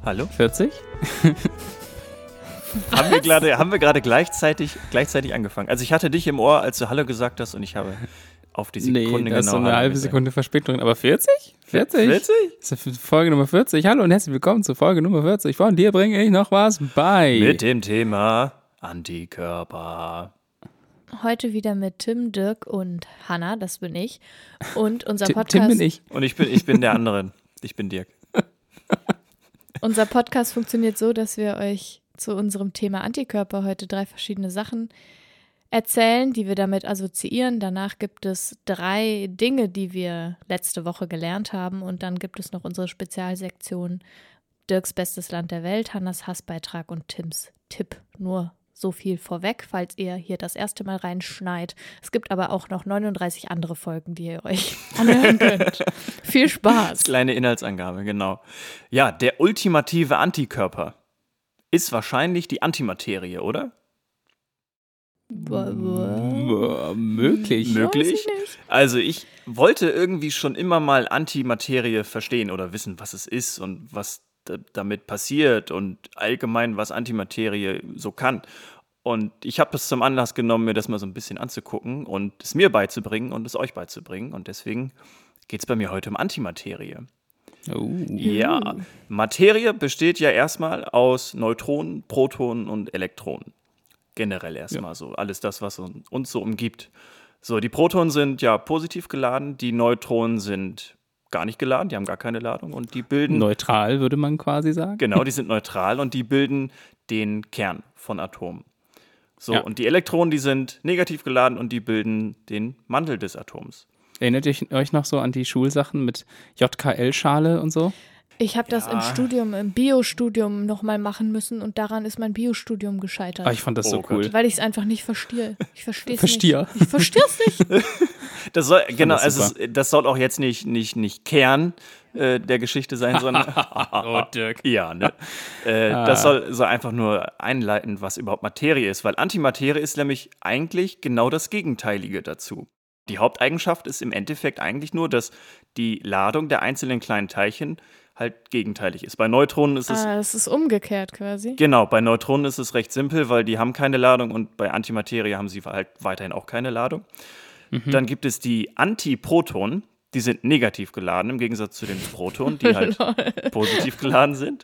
Hallo? 40? Haben wir gerade gleichzeitig angefangen. Also ich hatte dich im Ohr, als du Hallo gesagt hast und ich habe auf die Sekunde da ist genau so eine Hallo halbe gesagt. Sekunde Verspätung drin. Aber 40? 40? 40? Das ist Folge Nummer 40. Hallo und herzlich willkommen zu Folge Nummer 40. Von dir bringe ich noch was bei. Mit dem Thema Antikörper. Heute wieder mit Tim, Dirk und Hanna, das bin ich. Und unser Podcast. Tim bin ich. Und ich bin der andere. Ich bin Dirk. Unser Podcast funktioniert so, dass wir euch zu unserem Thema Antikörper heute 3 verschiedene Sachen erzählen, die wir damit assoziieren. Danach gibt es 3 Dinge, die wir letzte Woche gelernt haben. Und dann gibt es noch unsere Spezialsektion Dirks bestes Land der Welt, Hannas Hassbeitrag und Tims Tipp. Nur so viel vorweg, falls ihr hier das erste Mal reinschneit. Es gibt aber auch noch 39 andere Folgen, die ihr euch anhören könnt. Viel Spaß. Kleine Inhaltsangabe, genau. Ja, der ultimative Antikörper ist wahrscheinlich die Antimaterie, oder? Möglich. Möglich? Weiß ich nicht. Also ich wollte irgendwie schon immer mal Antimaterie verstehen oder wissen, was es ist und was damit passiert und allgemein, was Antimaterie so kann. Und ich habe das zum Anlass genommen, mir das mal so ein bisschen anzugucken und es mir beizubringen und es euch beizubringen. Und deswegen geht es bei mir heute um Antimaterie. Ja, Materie besteht ja erstmal aus Neutronen, Protonen und Elektronen. Generell erstmal so. Alles das, was uns so umgibt. So, die Protonen sind ja positiv geladen, die Neutronen sind gar nicht geladen, die haben gar keine Ladung und die bilden... Neutral, würde man quasi sagen. Genau, die sind neutral und die bilden den Kern von Atomen. So, Ja. und die Elektronen, die sind negativ geladen und die bilden den Mantel des Atoms. Erinnert ihr euch noch so an die Schulsachen mit JKL-Schale und so? Ich habe das im Studium, im Biostudium nochmal machen müssen und daran ist mein Biostudium gescheitert. Ah, ich fand das so Oh cool. Gott. Weil ich es einfach nicht verstehe. Ich verstehe es Verstehe. nicht. Ich verstehe es nicht. Das soll, genau, das also super. das soll auch jetzt nicht Kern der Geschichte sein, sondern Oh, Dirk. ja, ne? Das soll einfach nur einleiten, was überhaupt Materie ist, weil Antimaterie ist nämlich eigentlich genau das Gegenteilige dazu. Die Haupteigenschaft ist im Endeffekt eigentlich nur, dass die Ladung der einzelnen kleinen Teilchen halt gegenteilig ist. Bei Neutronen ist es Das ist umgekehrt quasi. Genau, bei Neutronen ist es recht simpel, weil die haben keine Ladung und bei Antimaterie haben sie halt weiterhin auch keine Ladung. Dann gibt es die Antiprotonen, die sind negativ geladen, im Gegensatz zu den Protonen, die halt positiv geladen sind.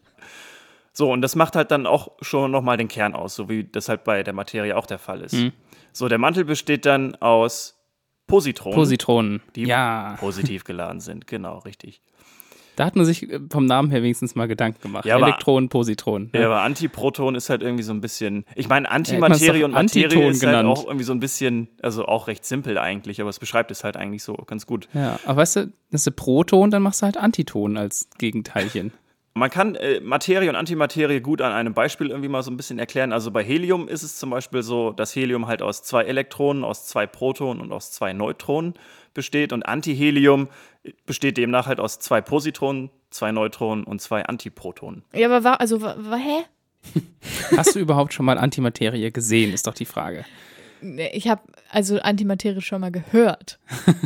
So, und das macht halt dann auch schon nochmal den Kern aus, so wie das halt bei der Materie auch der Fall ist. So, der Mantel besteht dann aus Positronen, Positronen. die Ja, positiv geladen sind. Genau, richtig. da hat man sich vom Namen her wenigstens mal Gedanken gemacht. Ja, aber- Elektronen, Positronen. Ja, aber Antiproton ist halt irgendwie so ein bisschen, ich meine, Ja, Antimaterie man und hat's doch Materie Antiton ist halt genannt. auch irgendwie so ein bisschen, also auch recht simpel eigentlich, aber es beschreibt es halt eigentlich so ganz gut. Ja, aber weißt du, das ist ein Proton, dann machst du halt Antiton als Gegenteilchen. Man kann Materie und Antimaterie gut an einem Beispiel irgendwie mal so ein bisschen erklären. Also bei Helium ist es zum Beispiel so, dass Helium halt aus 2 Elektronen, aus 2 Protonen und aus 2 Neutronen besteht und Antihelium besteht demnach halt aus 2 Positronen, 2 Neutronen und 2 Antiprotonen. Ja, aber hä? Hast du überhaupt schon mal Antimaterie gesehen, ist doch die Frage. Nee, ich habe also Antimaterie schon mal gehört.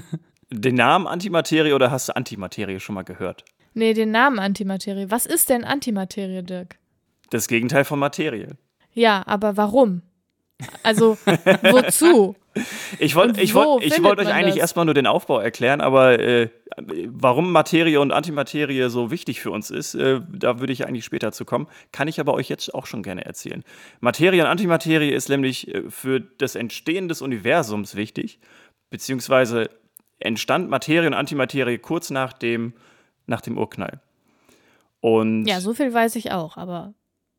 Den Namen Antimaterie oder hast du Antimaterie schon mal gehört? Nee, den Namen Antimaterie. Was ist denn Antimaterie, Dirk? Das Gegenteil von Materie. Ja, aber warum? Also, wozu? Ich wollte Und wo findet euch man eigentlich das? erstmal nur den Aufbau erklären, aber warum Materie und Antimaterie so wichtig für uns ist, da würde ich eigentlich später zu kommen, kann ich aber euch jetzt auch schon gerne erzählen. Materie und Antimaterie ist nämlich für das Entstehen des Universums wichtig, beziehungsweise entstand Materie und Antimaterie kurz nach dem Urknall. Und Ja, so viel weiß ich auch, aber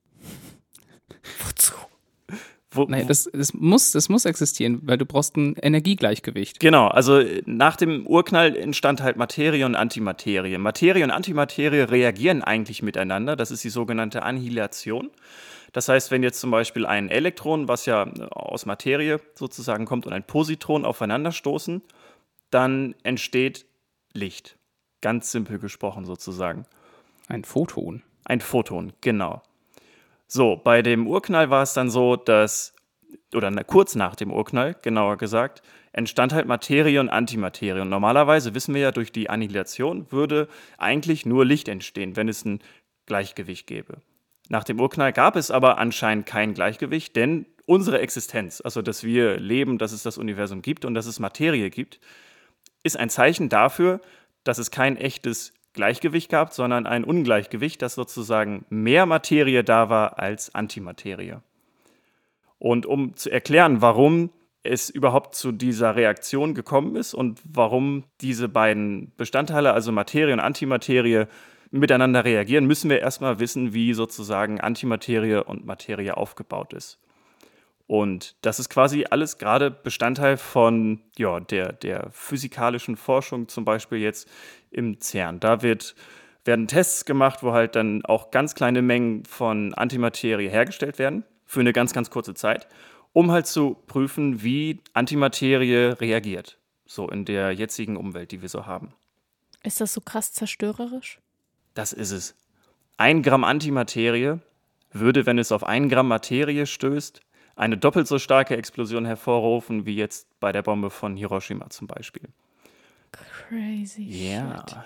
wozu? Naja, das muss existieren, weil du brauchst ein Energiegleichgewicht. Genau, also nach dem Urknall entstand halt Materie und Antimaterie. Materie und Antimaterie reagieren eigentlich miteinander, das ist die sogenannte Annihilation. Das heißt, wenn jetzt zum Beispiel ein Elektron, was ja aus Materie sozusagen kommt, und ein Positron aufeinanderstoßen, dann entsteht Licht. Ganz simpel gesprochen sozusagen. Ein Photon. Ein Photon, genau. So, bei dem Urknall war es dann so, dass, oder kurz nach dem Urknall, genauer gesagt, entstand halt Materie und Antimaterie. Und normalerweise wissen wir ja, durch die Annihilation würde eigentlich nur Licht entstehen. Wenn es ein Gleichgewicht gäbe. Nach dem Urknall gab es aber anscheinend kein Gleichgewicht, denn unsere Existenz, also dass wir leben, dass es das Universum gibt und dass es Materie gibt, ist ein Zeichen dafür, dass es kein echtes Gleichgewicht gab, sondern ein Ungleichgewicht, dass sozusagen mehr Materie da war als Antimaterie. Und um zu erklären, warum es überhaupt zu dieser Reaktion gekommen ist und warum diese beiden Bestandteile, also Materie und Antimaterie, miteinander reagieren, müssen wir erstmal wissen, wie sozusagen Antimaterie und Materie aufgebaut ist. Und das ist quasi alles gerade Bestandteil von der physikalischen Forschung, zum Beispiel jetzt im CERN. Da werden Tests gemacht, wo halt dann auch ganz kleine Mengen von Antimaterie hergestellt werden, für eine ganz, ganz kurze Zeit, um halt zu prüfen, wie Antimaterie reagiert, so in der jetzigen Umwelt, die wir so haben. Ist das so krass zerstörerisch? Das ist es. 1 Gramm Antimaterie würde, wenn es auf 1 Gramm Materie stößt, eine doppelt so starke Explosion hervorrufen, wie jetzt bei der Bombe von Hiroshima zum Beispiel. Crazy Ja. shit.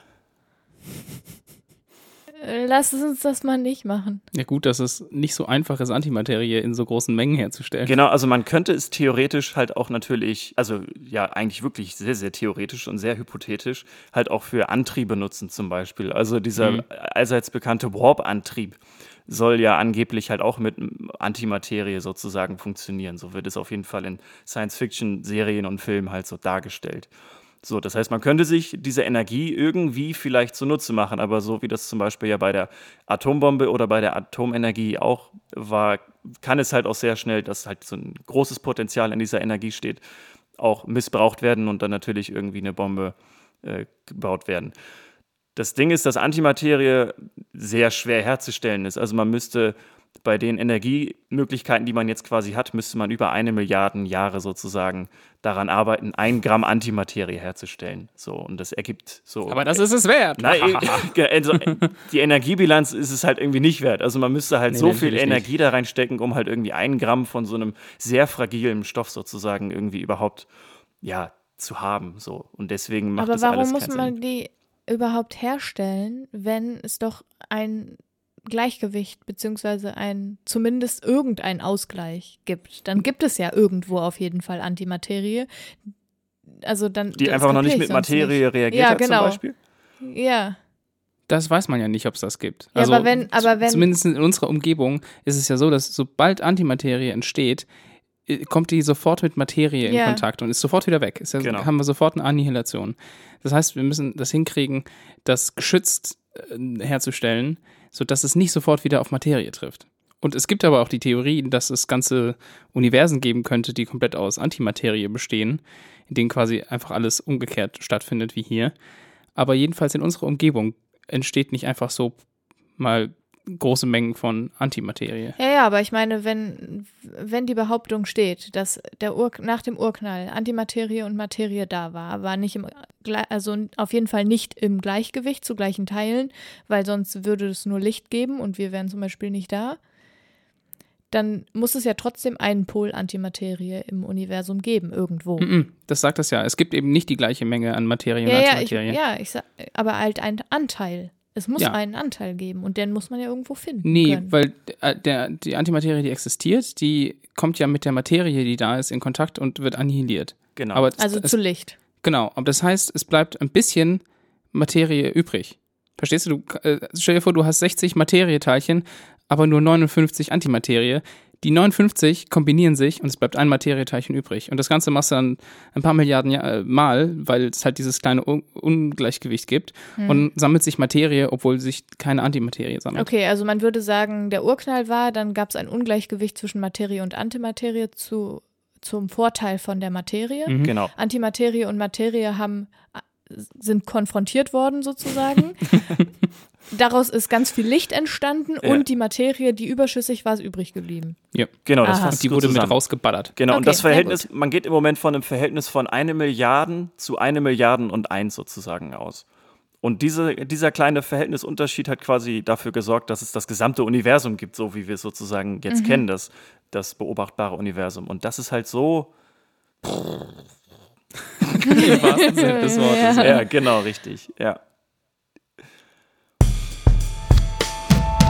Lass uns das mal nicht machen. Ja gut, dass es nicht so einfach ist, Antimaterie in so großen Mengen herzustellen. Genau, also man könnte es theoretisch halt auch natürlich, also ja eigentlich wirklich sehr, sehr theoretisch und sehr hypothetisch, halt auch für Antriebe nutzen zum Beispiel. Also dieser allseits bekannte Warp-Antrieb soll ja angeblich halt auch mit Antimaterie sozusagen funktionieren. So wird es auf jeden Fall in Science-Fiction-Serien und Filmen halt so dargestellt. So, das heißt, man könnte sich diese Energie irgendwie vielleicht zunutze machen, aber so wie das zum Beispiel ja bei der Atombombe oder bei der Atomenergie auch war, kann es halt auch sehr schnell, dass halt so ein großes Potenzial in dieser Energie steht, auch missbraucht werden und dann natürlich irgendwie eine Bombe gebaut werden. Das Ding ist, dass Antimaterie sehr schwer herzustellen ist. Also man müsste bei den Energiemöglichkeiten, die man jetzt quasi hat, müsste man über 1 Milliarde Jahre sozusagen daran arbeiten, 1 Gramm Antimaterie herzustellen. So, und das ergibt so. Aber das ist es wert. Nein, also die Energiebilanz ist es halt irgendwie nicht wert. Also man müsste halt so viel Energie da reinstecken, um halt irgendwie 1 Gramm von so einem sehr fragilen Stoff sozusagen irgendwie überhaupt zu haben. So. Und deswegen macht das alles keinen Sinn. Aber warum muss man die überhaupt herstellen, wenn es doch ein Gleichgewicht beziehungsweise zumindest irgendein Ausgleich gibt? Dann gibt es ja irgendwo auf jeden Fall Antimaterie. Also dann, die einfach noch nicht mit Materie reagiert hat, genau. zum Beispiel? Ja. Das weiß man ja nicht, ob es das gibt. Ja, Also aber wenn zumindest in unserer Umgebung ist es ja so, dass sobald Antimaterie entsteht, kommt die sofort mit Materie in Kontakt und ist sofort wieder weg. Haben wir sofort eine Annihilation. Das heißt, wir müssen das hinkriegen, das geschützt herzustellen, sodass es nicht sofort wieder auf Materie trifft. Und es gibt aber auch die Theorie, dass es ganze Universen geben könnte, die komplett aus Antimaterie bestehen, in denen quasi einfach alles umgekehrt stattfindet wie hier. Aber jedenfalls in unserer Umgebung entsteht nicht einfach so mal große Mengen von Antimaterie. Ja, aber ich meine, wenn die Behauptung steht, dass nach dem Urknall Antimaterie und Materie da war nicht also auf jeden Fall nicht im Gleichgewicht zu gleichen Teilen, weil sonst würde es nur Licht geben und wir wären zum Beispiel nicht da, dann muss es ja trotzdem einen Pol Antimaterie im Universum geben, irgendwo. Das sagt das ja. Es gibt eben nicht die gleiche Menge an Materie und Antimaterie. Aber halt ein Anteil. Es muss einen Anteil geben und den muss man ja irgendwo finden können. Weil die Antimaterie, die existiert, die kommt ja mit der Materie, die da ist, in Kontakt und wird annihiliert. Genau. Aber zu Licht. Genau, aber das heißt, es bleibt ein bisschen Materie übrig. Verstehst du? Stell dir vor, du hast 60 Materieteilchen, aber nur 59 Antimaterie. Die 59 kombinieren sich und es bleibt ein Materieteilchen übrig. Und das Ganze machst du dann ein paar Milliarden Mal, weil es halt dieses kleine Ungleichgewicht gibt und sammelt sich Materie, obwohl sich keine Antimaterie sammelt. Okay, also man würde sagen, der Urknall war, dann gab es ein Ungleichgewicht zwischen Materie und Antimaterie zum Vorteil von der Materie. Genau. Antimaterie und Materie sind konfrontiert worden sozusagen. Daraus ist ganz viel Licht entstanden und die Materie, die überschüssig war, ist übrig geblieben. Ja, genau, das fasst die wurde mit rausgeballert. Genau, okay, und das Verhältnis, man geht im Moment von einem Verhältnis von 1 Milliarden zu 1 Milliarden und 1 sozusagen aus. Und dieser kleine Verhältnisunterschied hat quasi dafür gesorgt, dass es das gesamte Universum gibt, so wie wir es sozusagen jetzt kennen, das beobachtbare Universum. Und das ist halt so. Im wahrsten Sinne des Wortes. Ja, genau, richtig. Ja.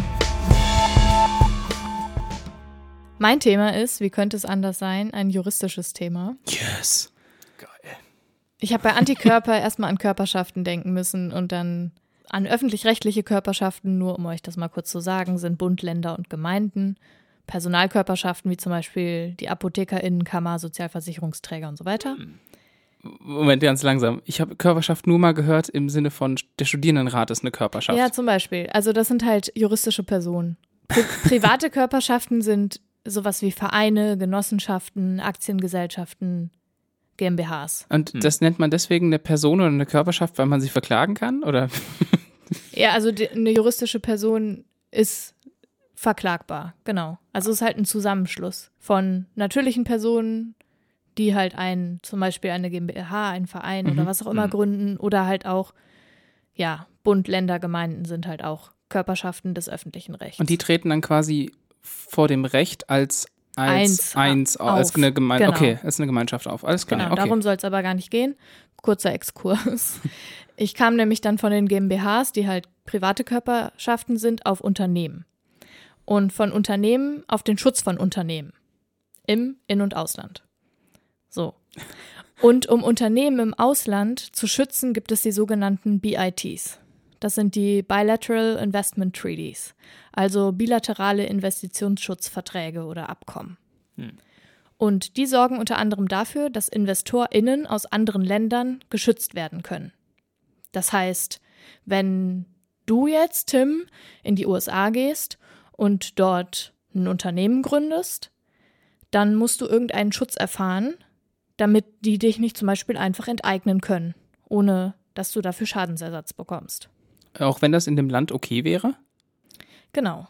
Mein Thema ist, wie könnte es anders sein, ein juristisches Thema. Yes. Geil. Ich habe bei Antikörper erstmal an Körperschaften denken müssen und dann an öffentlich-rechtliche Körperschaften, nur um euch das mal kurz zu sagen, sind Bund, Länder und Gemeinden. Personalkörperschaften wie zum Beispiel die ApothekerInnenkammer, Sozialversicherungsträger und so weiter. Moment, ganz langsam. Ich habe Körperschaft nur mal gehört im Sinne von, der Studierendenrat ist eine Körperschaft. Ja, zum Beispiel. Also das sind halt juristische Personen. Private Körperschaften sind sowas wie Vereine, Genossenschaften, Aktiengesellschaften, GmbHs. Und das nennt man deswegen eine Person oder eine Körperschaft, weil man sie verklagen kann, oder? Ja, also eine juristische Person ist verklagbar, genau. Also es ist halt ein Zusammenschluss von natürlichen Personen, die halt zum Beispiel eine GmbH, einen Verein oder was auch immer gründen oder halt auch, ja, Bund, Länder, Gemeinden sind halt auch Körperschaften des öffentlichen Rechts. Und die treten dann quasi vor dem Recht als eine Gemeinschaft. Okay, als eine Gemeinschaft auf. Alles klar. Genau, okay. Darum soll es aber gar nicht gehen. Kurzer Exkurs. Ich kam nämlich dann von den GmbHs, die halt private Körperschaften sind, auf Unternehmen. Und von Unternehmen auf den Schutz von Unternehmen. Im In- und Ausland. So. Und um Unternehmen im Ausland zu schützen, gibt es die sogenannten BITs. Das sind die Bilateral Investment Treaties, also bilaterale Investitionsschutzverträge oder Abkommen. Und die sorgen unter anderem dafür, dass InvestorInnen aus anderen Ländern geschützt werden können. Das heißt, wenn du jetzt, Tim, in die USA gehst und dort ein Unternehmen gründest, dann musst du irgendeinen Schutz erfahren, damit die dich nicht zum Beispiel einfach enteignen können, ohne dass du dafür Schadensersatz bekommst. Auch wenn das in dem Land okay wäre? Genau.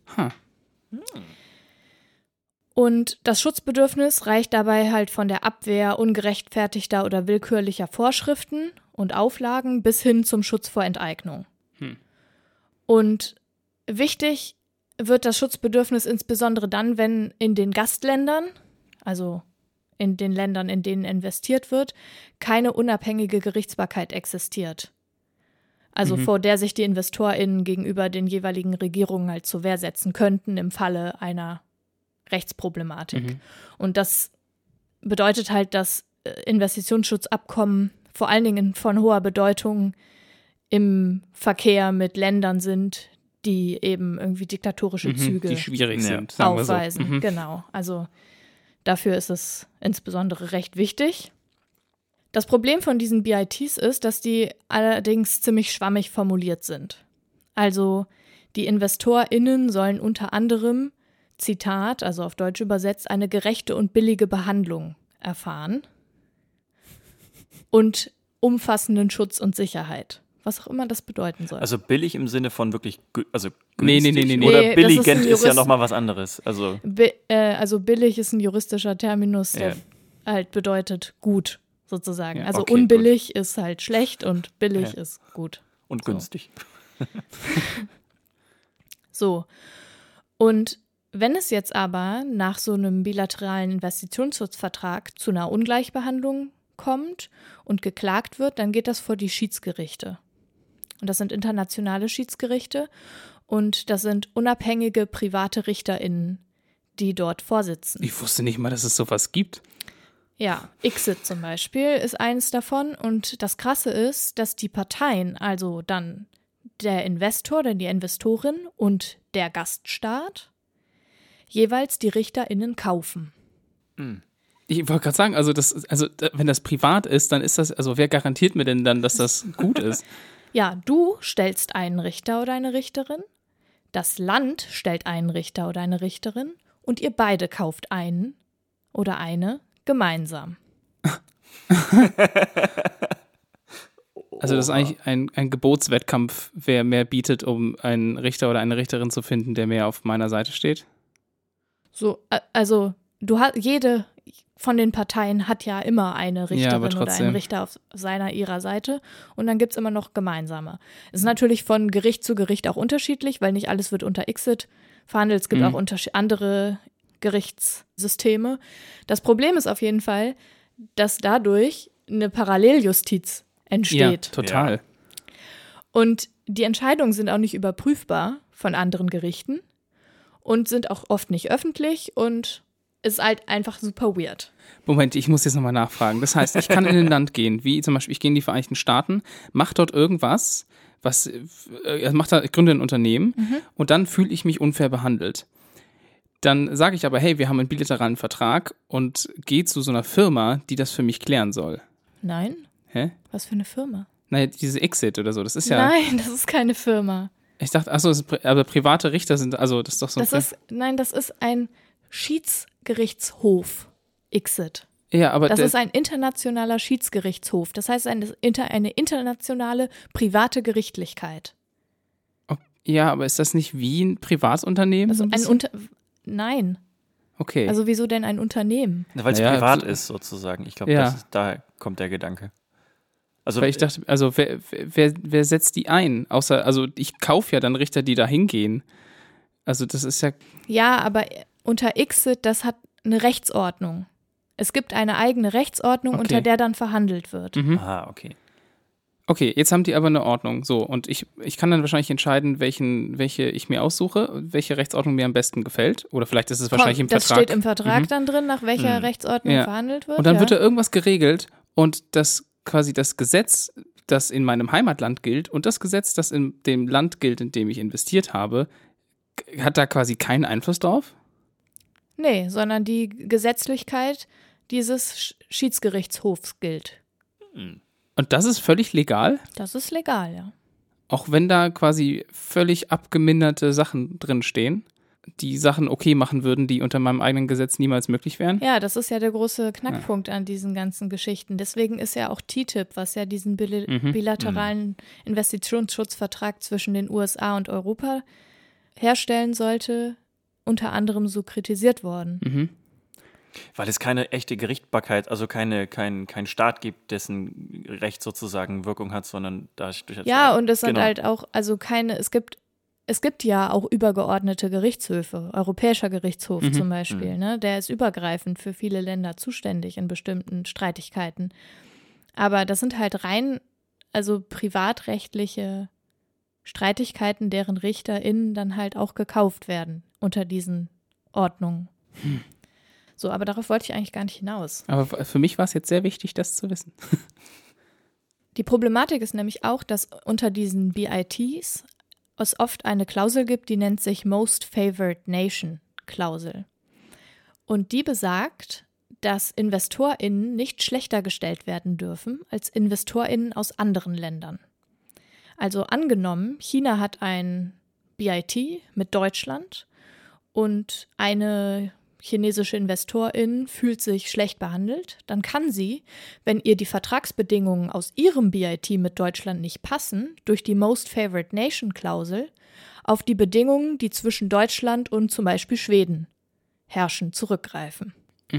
Und das Schutzbedürfnis reicht dabei halt von der Abwehr ungerechtfertigter oder willkürlicher Vorschriften und Auflagen bis hin zum Schutz vor Enteignung. Und wichtig wird das Schutzbedürfnis insbesondere dann, wenn in den Gastländern, also in den Ländern, in denen investiert wird, keine unabhängige Gerichtsbarkeit existiert. Also vor der sich die InvestorInnen gegenüber den jeweiligen Regierungen halt zur Wehr setzen könnten im Falle einer Rechtsproblematik. Und das bedeutet halt, dass Investitionsschutzabkommen vor allen Dingen von hoher Bedeutung im Verkehr mit Ländern sind, die eben irgendwie diktatorische Züge die schwierig sind, sagen wir so. aufweisen. Genau, also dafür ist es insbesondere recht wichtig. Das Problem von diesen BITs ist, dass die allerdings ziemlich schwammig formuliert sind. Also die InvestorInnen sollen unter anderem, Zitat, also auf Deutsch übersetzt, eine gerechte und billige Behandlung erfahren und umfassenden Schutz und Sicherheit. Was auch immer das bedeuten soll. Also billig im Sinne von wirklich günstig? Nee. Oder billigend ist ja nochmal was anderes. Also billig ist ein juristischer Terminus, der halt bedeutet gut. Sozusagen. Ja, also okay, unbillig gut. Ist halt schlecht und billig ist gut. Und günstig. So. Und wenn es jetzt aber nach so einem bilateralen Investitionsschutzvertrag zu einer Ungleichbehandlung kommt und geklagt wird, dann geht das vor die Schiedsgerichte. Und das sind internationale Schiedsgerichte und das sind unabhängige private RichterInnen, die dort vorsitzen. Ich wusste nicht mal, dass es sowas gibt. Ja, ICSID zum Beispiel ist eines davon und das Krasse ist, dass die Parteien, also dann der Investor, denn die Investorin und der Gaststaat, jeweils die RichterInnen kaufen. Ich wollte gerade sagen, also wenn das privat ist, dann ist das, also wer garantiert mir denn dann, dass das gut ist? Ja, du stellst einen Richter oder eine Richterin, das Land stellt einen Richter oder eine Richterin und ihr beide kauft einen oder eine gemeinsam. Also das ist eigentlich ein Gebotswettkampf, wer mehr bietet, um einen Richter oder eine Richterin zu finden, der mehr auf meiner Seite steht? So, also jede von den Parteien hat ja immer eine Richterin oder einen Richter auf ihrer Seite und dann gibt es immer noch gemeinsame. Es ist natürlich von Gericht zu Gericht auch unterschiedlich, weil nicht alles wird unter ICSID verhandelt. Es gibt auch andere Gerichtssysteme. Das Problem ist auf jeden Fall, dass dadurch eine Paralleljustiz entsteht. Ja, total. Und die Entscheidungen sind auch nicht überprüfbar von anderen Gerichten. und sind auch oft nicht öffentlich und ist halt einfach super weird. Moment, ich muss jetzt nochmal nachfragen. Das heißt, ich kann in ein Land gehen, wie zum Beispiel, ich gehe in die Vereinigten Staaten, mache dort irgendwas, gründe ein Unternehmen und dann fühle ich mich unfair behandelt. Dann sage ich aber, hey, wir haben einen bilateralen Vertrag und gehe zu so einer Firma, die das für mich klären soll. Nein. Hä? Was für eine Firma? Naja, diese Exit oder so, das ist ja... Nein, das ist keine Firma. Ich dachte, aber private Richter sind, also das ist doch so ein... Das ist ein Schiedsgerichtshof, Exit. Ja, aber das ist ein internationaler Schiedsgerichtshof. Das heißt, eine internationale private Gerichtlichkeit. Ja, aber ist das nicht wie ein Privatunternehmen? Also Nein. Okay. Also wieso denn ein Unternehmen? Weil es privat ist, sozusagen. Ich glaube, da kommt der Gedanke. Also, weil ich dachte, also wer setzt die ein? Also ich kaufe ja dann Richter, die da hingehen. Also das ist ja... Ja, aber unter Exit, das hat eine Rechtsordnung. Es gibt eine eigene Rechtsordnung, unter der dann verhandelt wird. Ah, okay. Okay, jetzt haben die aber eine Ordnung. So, und ich kann dann wahrscheinlich entscheiden, welche ich mir aussuche, welche Rechtsordnung mir am besten gefällt. Oder vielleicht ist es wahrscheinlich im Vertrag. Das steht im Vertrag dann drin, nach welcher Rechtsordnung verhandelt wird. Und dann wird da irgendwas geregelt und das quasi das Gesetz, das in meinem Heimatland gilt und das Gesetz, das in dem Land gilt, in dem ich investiert habe, hat da quasi keinen Einfluss drauf? Nee, sondern die Gesetzlichkeit dieses Schiedsgerichtshofs gilt. Und das ist völlig legal? Das ist legal, ja. Auch wenn da quasi völlig abgeminderte Sachen drinstehen, die Sachen okay machen würden, die unter meinem eigenen Gesetz niemals möglich wären? Ja, das ist ja der große Knackpunkt an diesen ganzen Geschichten. Deswegen ist ja auch TTIP, was ja diesen bilateralen Investitionsschutzvertrag zwischen den USA und Europa herstellen sollte, unter anderem so kritisiert worden. Weil es keine echte Gerichtbarkeit, also kein Staat gibt, dessen Recht sozusagen Wirkung hat, sondern dadurch... Ja, und es sind halt auch, also es gibt ja auch übergeordnete Gerichtshöfe, Europäischer Gerichtshof zum Beispiel, ne? Der ist übergreifend für viele Länder zuständig in bestimmten Streitigkeiten. Aber das sind halt rein, also privatrechtliche Streitigkeiten, deren RichterInnen dann halt auch gekauft werden unter diesen Ordnungen. So, aber darauf wollte ich eigentlich gar nicht hinaus. Aber für mich war es jetzt sehr wichtig, das zu wissen. Die Problematik ist nämlich auch, dass unter diesen BITs es oft eine Klausel gibt, die nennt sich Most Favored Nation Klausel. Und die besagt, dass InvestorInnen nicht schlechter gestellt werden dürfen als InvestorInnen aus anderen Ländern. Also angenommen, China hat ein BIT mit Deutschland und eine chinesische Investorin fühlt sich schlecht behandelt, dann kann sie, wenn ihr die Vertragsbedingungen aus ihrem BIT mit Deutschland nicht passen, durch die Most Favored Nation Klausel auf die Bedingungen, die zwischen Deutschland und zum Beispiel Schweden herrschen, zurückgreifen.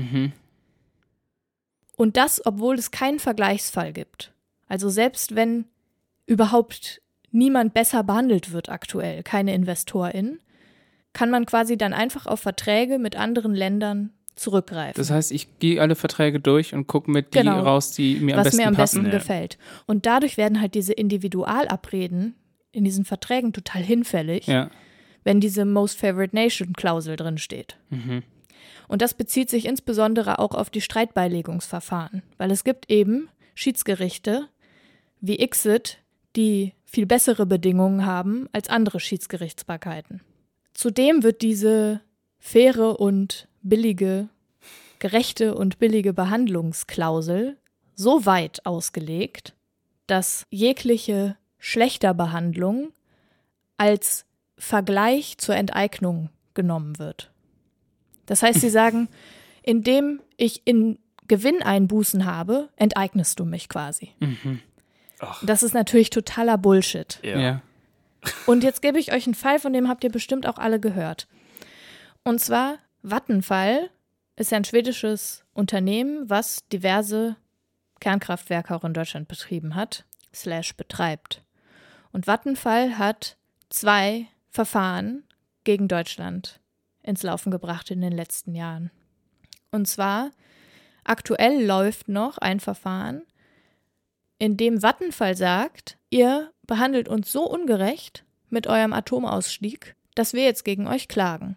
Und das, obwohl es keinen Vergleichsfall gibt. Also selbst wenn überhaupt niemand besser behandelt wird aktuell, keine Investorin, kann man quasi dann einfach auf Verträge mit anderen Ländern zurückgreifen. Das heißt, ich gehe alle Verträge durch und gucke mit die raus, die mir am besten passen. Was mir am besten gefällt. Und dadurch werden halt diese Individualabreden in diesen Verträgen total hinfällig, wenn diese Most Favored Nation Klausel drin steht. Und das bezieht sich insbesondere auch auf die Streitbeilegungsverfahren, weil es gibt eben Schiedsgerichte wie Exit, die viel bessere Bedingungen haben als andere Schiedsgerichtsbarkeiten. Zudem wird diese faire und gerechte und billige Behandlungsklausel so weit ausgelegt, dass jegliche Schlechterbehandlung als Vergleich zur Enteignung genommen wird. Das heißt, sie sagen, indem ich in Gewinneinbußen habe, enteignest du mich quasi. Das ist natürlich totaler Bullshit. Ja. Und jetzt gebe ich euch einen Fall, von dem habt ihr bestimmt auch alle gehört. Und zwar Vattenfall ist ja ein schwedisches Unternehmen, was diverse Kernkraftwerke auch in Deutschland betrieben hat, /betreibt. Und Vattenfall hat 2 Verfahren gegen Deutschland ins Laufen gebracht in den letzten Jahren. Und zwar aktuell läuft noch ein Verfahren, in dem Vattenfall sagt, ihr behandelt uns so ungerecht mit eurem Atomausstieg, dass wir jetzt gegen euch klagen.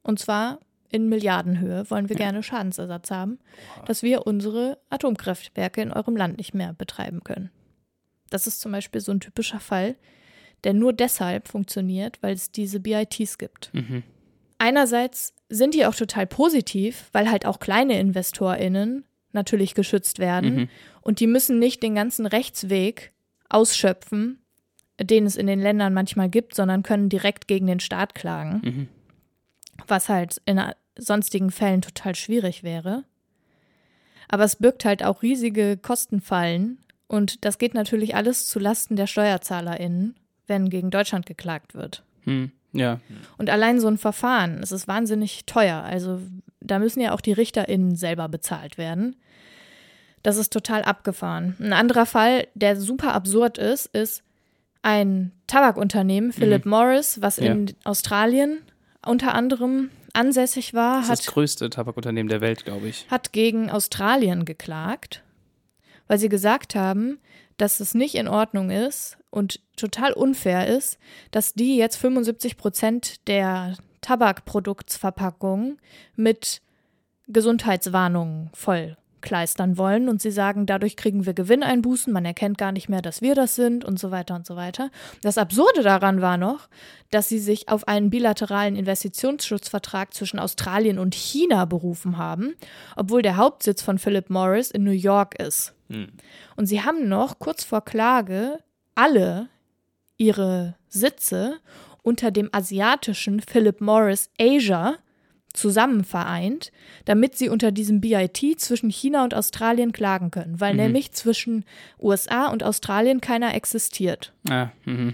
Und zwar in Milliardenhöhe wollen wir gerne Schadensersatz haben, dass wir unsere Atomkraftwerke in eurem Land nicht mehr betreiben können. Das ist zum Beispiel so ein typischer Fall, der nur deshalb funktioniert, weil es diese BITs gibt. Mhm. Einerseits sind die auch total positiv, weil halt auch kleine InvestorInnen natürlich geschützt werden und die müssen nicht den ganzen Rechtsweg ausschöpfen, den es in den Ländern manchmal gibt, sondern können direkt gegen den Staat klagen, was halt in sonstigen Fällen total schwierig wäre. Aber es birgt halt auch riesige Kostenfallen und das geht natürlich alles zulasten der SteuerzahlerInnen, wenn gegen Deutschland geklagt wird. Ja. Und allein so ein Verfahren, es ist wahnsinnig teuer. Also da müssen ja auch die RichterInnen selber bezahlt werden. Das ist total abgefahren. Ein anderer Fall, der super absurd ist ein Tabakunternehmen, Philip Morris, was in Australien unter anderem ansässig war. Das ist das größte Tabakunternehmen der Welt, glaube ich. Hat gegen Australien geklagt, weil sie gesagt haben, dass es nicht in Ordnung ist und total unfair ist, dass die jetzt 75% der Tabakproduktsverpackungen mit Gesundheitswarnungen vollkleistern wollen. Und sie sagen, dadurch kriegen wir Gewinneinbußen, man erkennt gar nicht mehr, dass wir das sind und so weiter und so weiter. Das Absurde daran war noch, dass sie sich auf einen bilateralen Investitionsschutzvertrag zwischen Australien und China berufen haben, obwohl der Hauptsitz von Philip Morris in New York ist. Und sie haben noch kurz vor Klage alle ihre Sitze unter dem asiatischen Philip Morris Asia zusammen vereint, damit sie unter diesem BIT zwischen China und Australien klagen können, weil nämlich zwischen USA und Australien keiner existiert. Ja,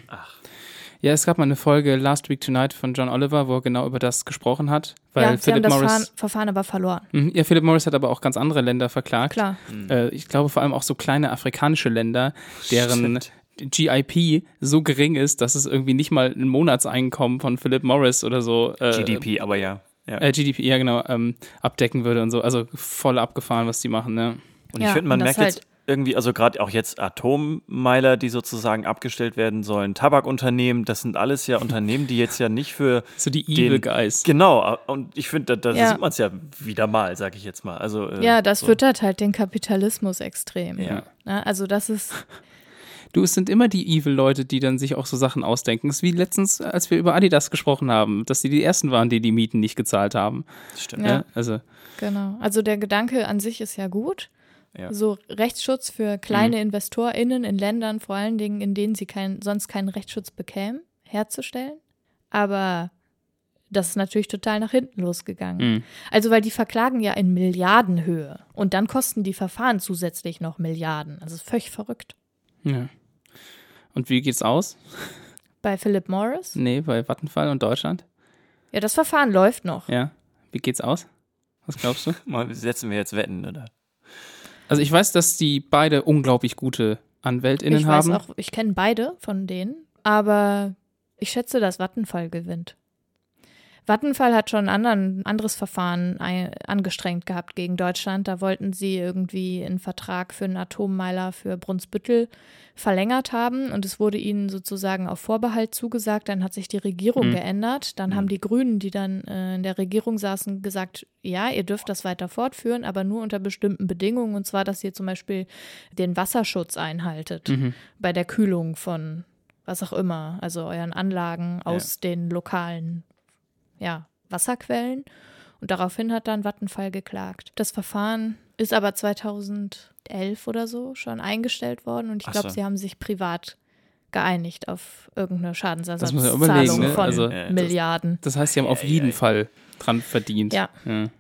ja, es gab mal eine Folge Last Week Tonight von John Oliver, wo er genau über das gesprochen hat. Weil sie haben das Verfahren aber verloren. Ja, Philip Morris hat aber auch ganz andere Länder verklagt. Klar. Ich glaube vor allem auch so kleine afrikanische Länder, deren GIP so gering ist, dass es irgendwie nicht mal ein Monatseinkommen von Philip Morris oder so GDP, aber ja. GDP, ja genau, abdecken würde und so. Also voll abgefahren, was die machen, ne? Und ich finde, man merkt jetzt irgendwie, also gerade auch jetzt Atommeiler, die sozusagen abgestellt werden sollen, Tabakunternehmen, das sind alles ja Unternehmen, die jetzt ja nicht für so die Evil Guys. Genau, und ich finde, da sieht man es ja wieder mal, sage ich jetzt mal. Also, das füttert halt den Kapitalismus extrem. Ja. Also das ist... Du, es sind immer die Evil-Leute, die dann sich auch so Sachen ausdenken. Es ist wie letztens, als wir über Adidas gesprochen haben, dass die ersten waren, die Mieten nicht gezahlt haben. Das stimmt. Ja, genau. Also der Gedanke an sich ist ja gut. Ja. So Rechtsschutz für kleine InvestorInnen in Ländern, vor allen Dingen, in denen sie sonst keinen Rechtsschutz bekämen, herzustellen. Aber das ist natürlich total nach hinten losgegangen. Also weil die verklagen ja in Milliardenhöhe und dann kosten die Verfahren zusätzlich noch Milliarden. Also das ist völlig verrückt. Ja. Und wie geht's aus? Bei Philip Morris? Nee, bei Vattenfall und Deutschland. Ja, das Verfahren läuft noch. Ja. Wie geht's aus? Was glaubst du? Mal setzen wir jetzt Wetten, oder? Also ich weiß, dass die beide unglaublich gute AnwältInnen haben. Ich kenne beide von denen, aber ich schätze, dass Vattenfall gewinnt. Vattenfall hat schon ein anderes Verfahren angestrengt gehabt gegen Deutschland. Da wollten sie irgendwie einen Vertrag für einen Atommeiler für Brunsbüttel verlängert haben und es wurde ihnen sozusagen auf Vorbehalt zugesagt. Dann hat sich die Regierung geändert. Dann haben die Grünen, die dann in der Regierung saßen, gesagt, ja, ihr dürft das weiter fortführen, aber nur unter bestimmten Bedingungen. Und zwar, dass ihr zum Beispiel den Wasserschutz einhaltet bei der Kühlung von was auch immer, also euren Anlagen aus den lokalen Wasserquellen. Und daraufhin hat dann Vattenfall geklagt. Das Verfahren ist aber 2011 oder so schon eingestellt worden und ich glaube, sie haben sich privat geeinigt auf irgendeine Schadensersatzzahlung von Milliarden. Das heißt, sie haben auf jeden Fall dran verdient. Ja.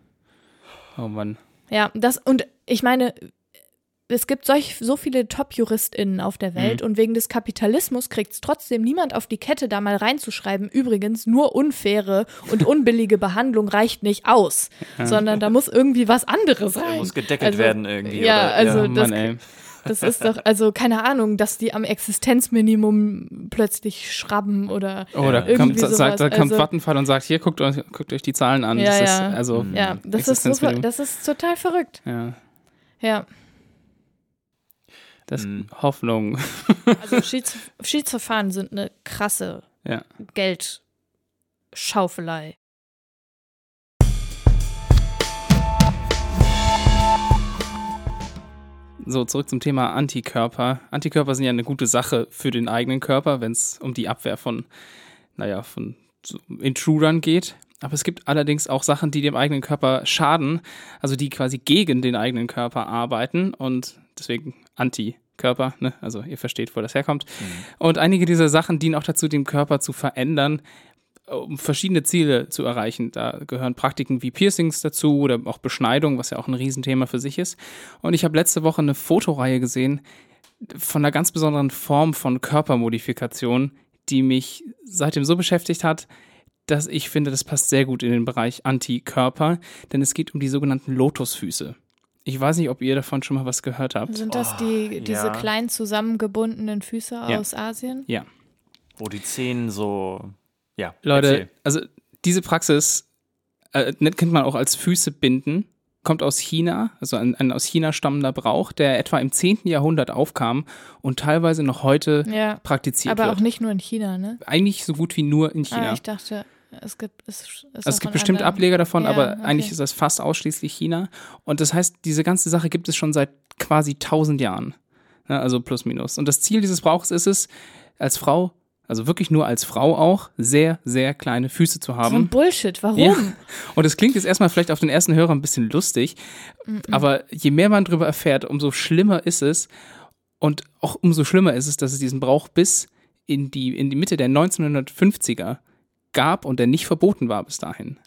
Oh Mann. Ja, und ich meine, es gibt so viele Top-JuristInnen auf der Welt und wegen des Kapitalismus kriegt es trotzdem niemand auf die Kette, da mal reinzuschreiben, übrigens nur unfaire und unbillige Behandlung reicht nicht aus, sondern da muss irgendwie was anderes rein. Muss gedeckelt werden irgendwie. Ja, oder? Das ist doch, also keine Ahnung, dass die am Existenzminimum plötzlich schrabben oder irgendwie sowas. Da kommt Vattenfall und sagt, hier, guckt euch die Zahlen an. Das ist total verrückt. Ja. Das Hoffnung. Also Schiedsverfahren sind eine krasse Geldschaufelei. So, zurück zum Thema Antikörper. Antikörper sind ja eine gute Sache für den eigenen Körper, wenn es um die Abwehr von so Intrudern geht. Aber es gibt allerdings auch Sachen, die dem eigenen Körper schaden, also die quasi gegen den eigenen Körper arbeiten und deswegen Antikörper, ne? Also ihr versteht, wo das herkommt. Und einige dieser Sachen dienen auch dazu, den Körper zu verändern, um verschiedene Ziele zu erreichen. Da gehören Praktiken wie Piercings dazu oder auch Beschneidung, was ja auch ein Riesenthema für sich ist. Und ich habe letzte Woche eine Fotoreihe gesehen von einer ganz besonderen Form von Körpermodifikation, die mich seitdem so beschäftigt hat, dass ich finde, das passt sehr gut in den Bereich Antikörper, denn es geht um die sogenannten Lotusfüße. Ich weiß nicht, ob ihr davon schon mal was gehört habt. Sind das diese kleinen zusammengebundenen Füße aus Asien? Ja. Wo die Zehen so... Ja, Leute, also diese Praxis kennt man auch als Füße binden, kommt aus China, also ein aus China stammender Brauch, der etwa im 10. Jahrhundert aufkam und teilweise noch heute praktiziert wird. Aber auch nicht nur in China, ne? Eigentlich so gut wie nur in China. Ich dachte, es gibt bestimmt Ableger davon, aber eigentlich ist das fast ausschließlich China. Und das heißt, diese ganze Sache gibt es schon seit quasi 1000 Jahren. Ja, also plus minus. Und das Ziel dieses Brauchs ist es, als Frau, also wirklich nur als Frau auch, sehr, sehr kleine Füße zu haben. So ein Bullshit, warum? Ja. Und es klingt jetzt erstmal vielleicht auf den ersten Hörer ein bisschen lustig, aber je mehr man darüber erfährt, umso schlimmer ist es. Und auch umso schlimmer ist es, dass es diesen Brauch bis in die Mitte der 1950er gab und der nicht verboten war bis dahin.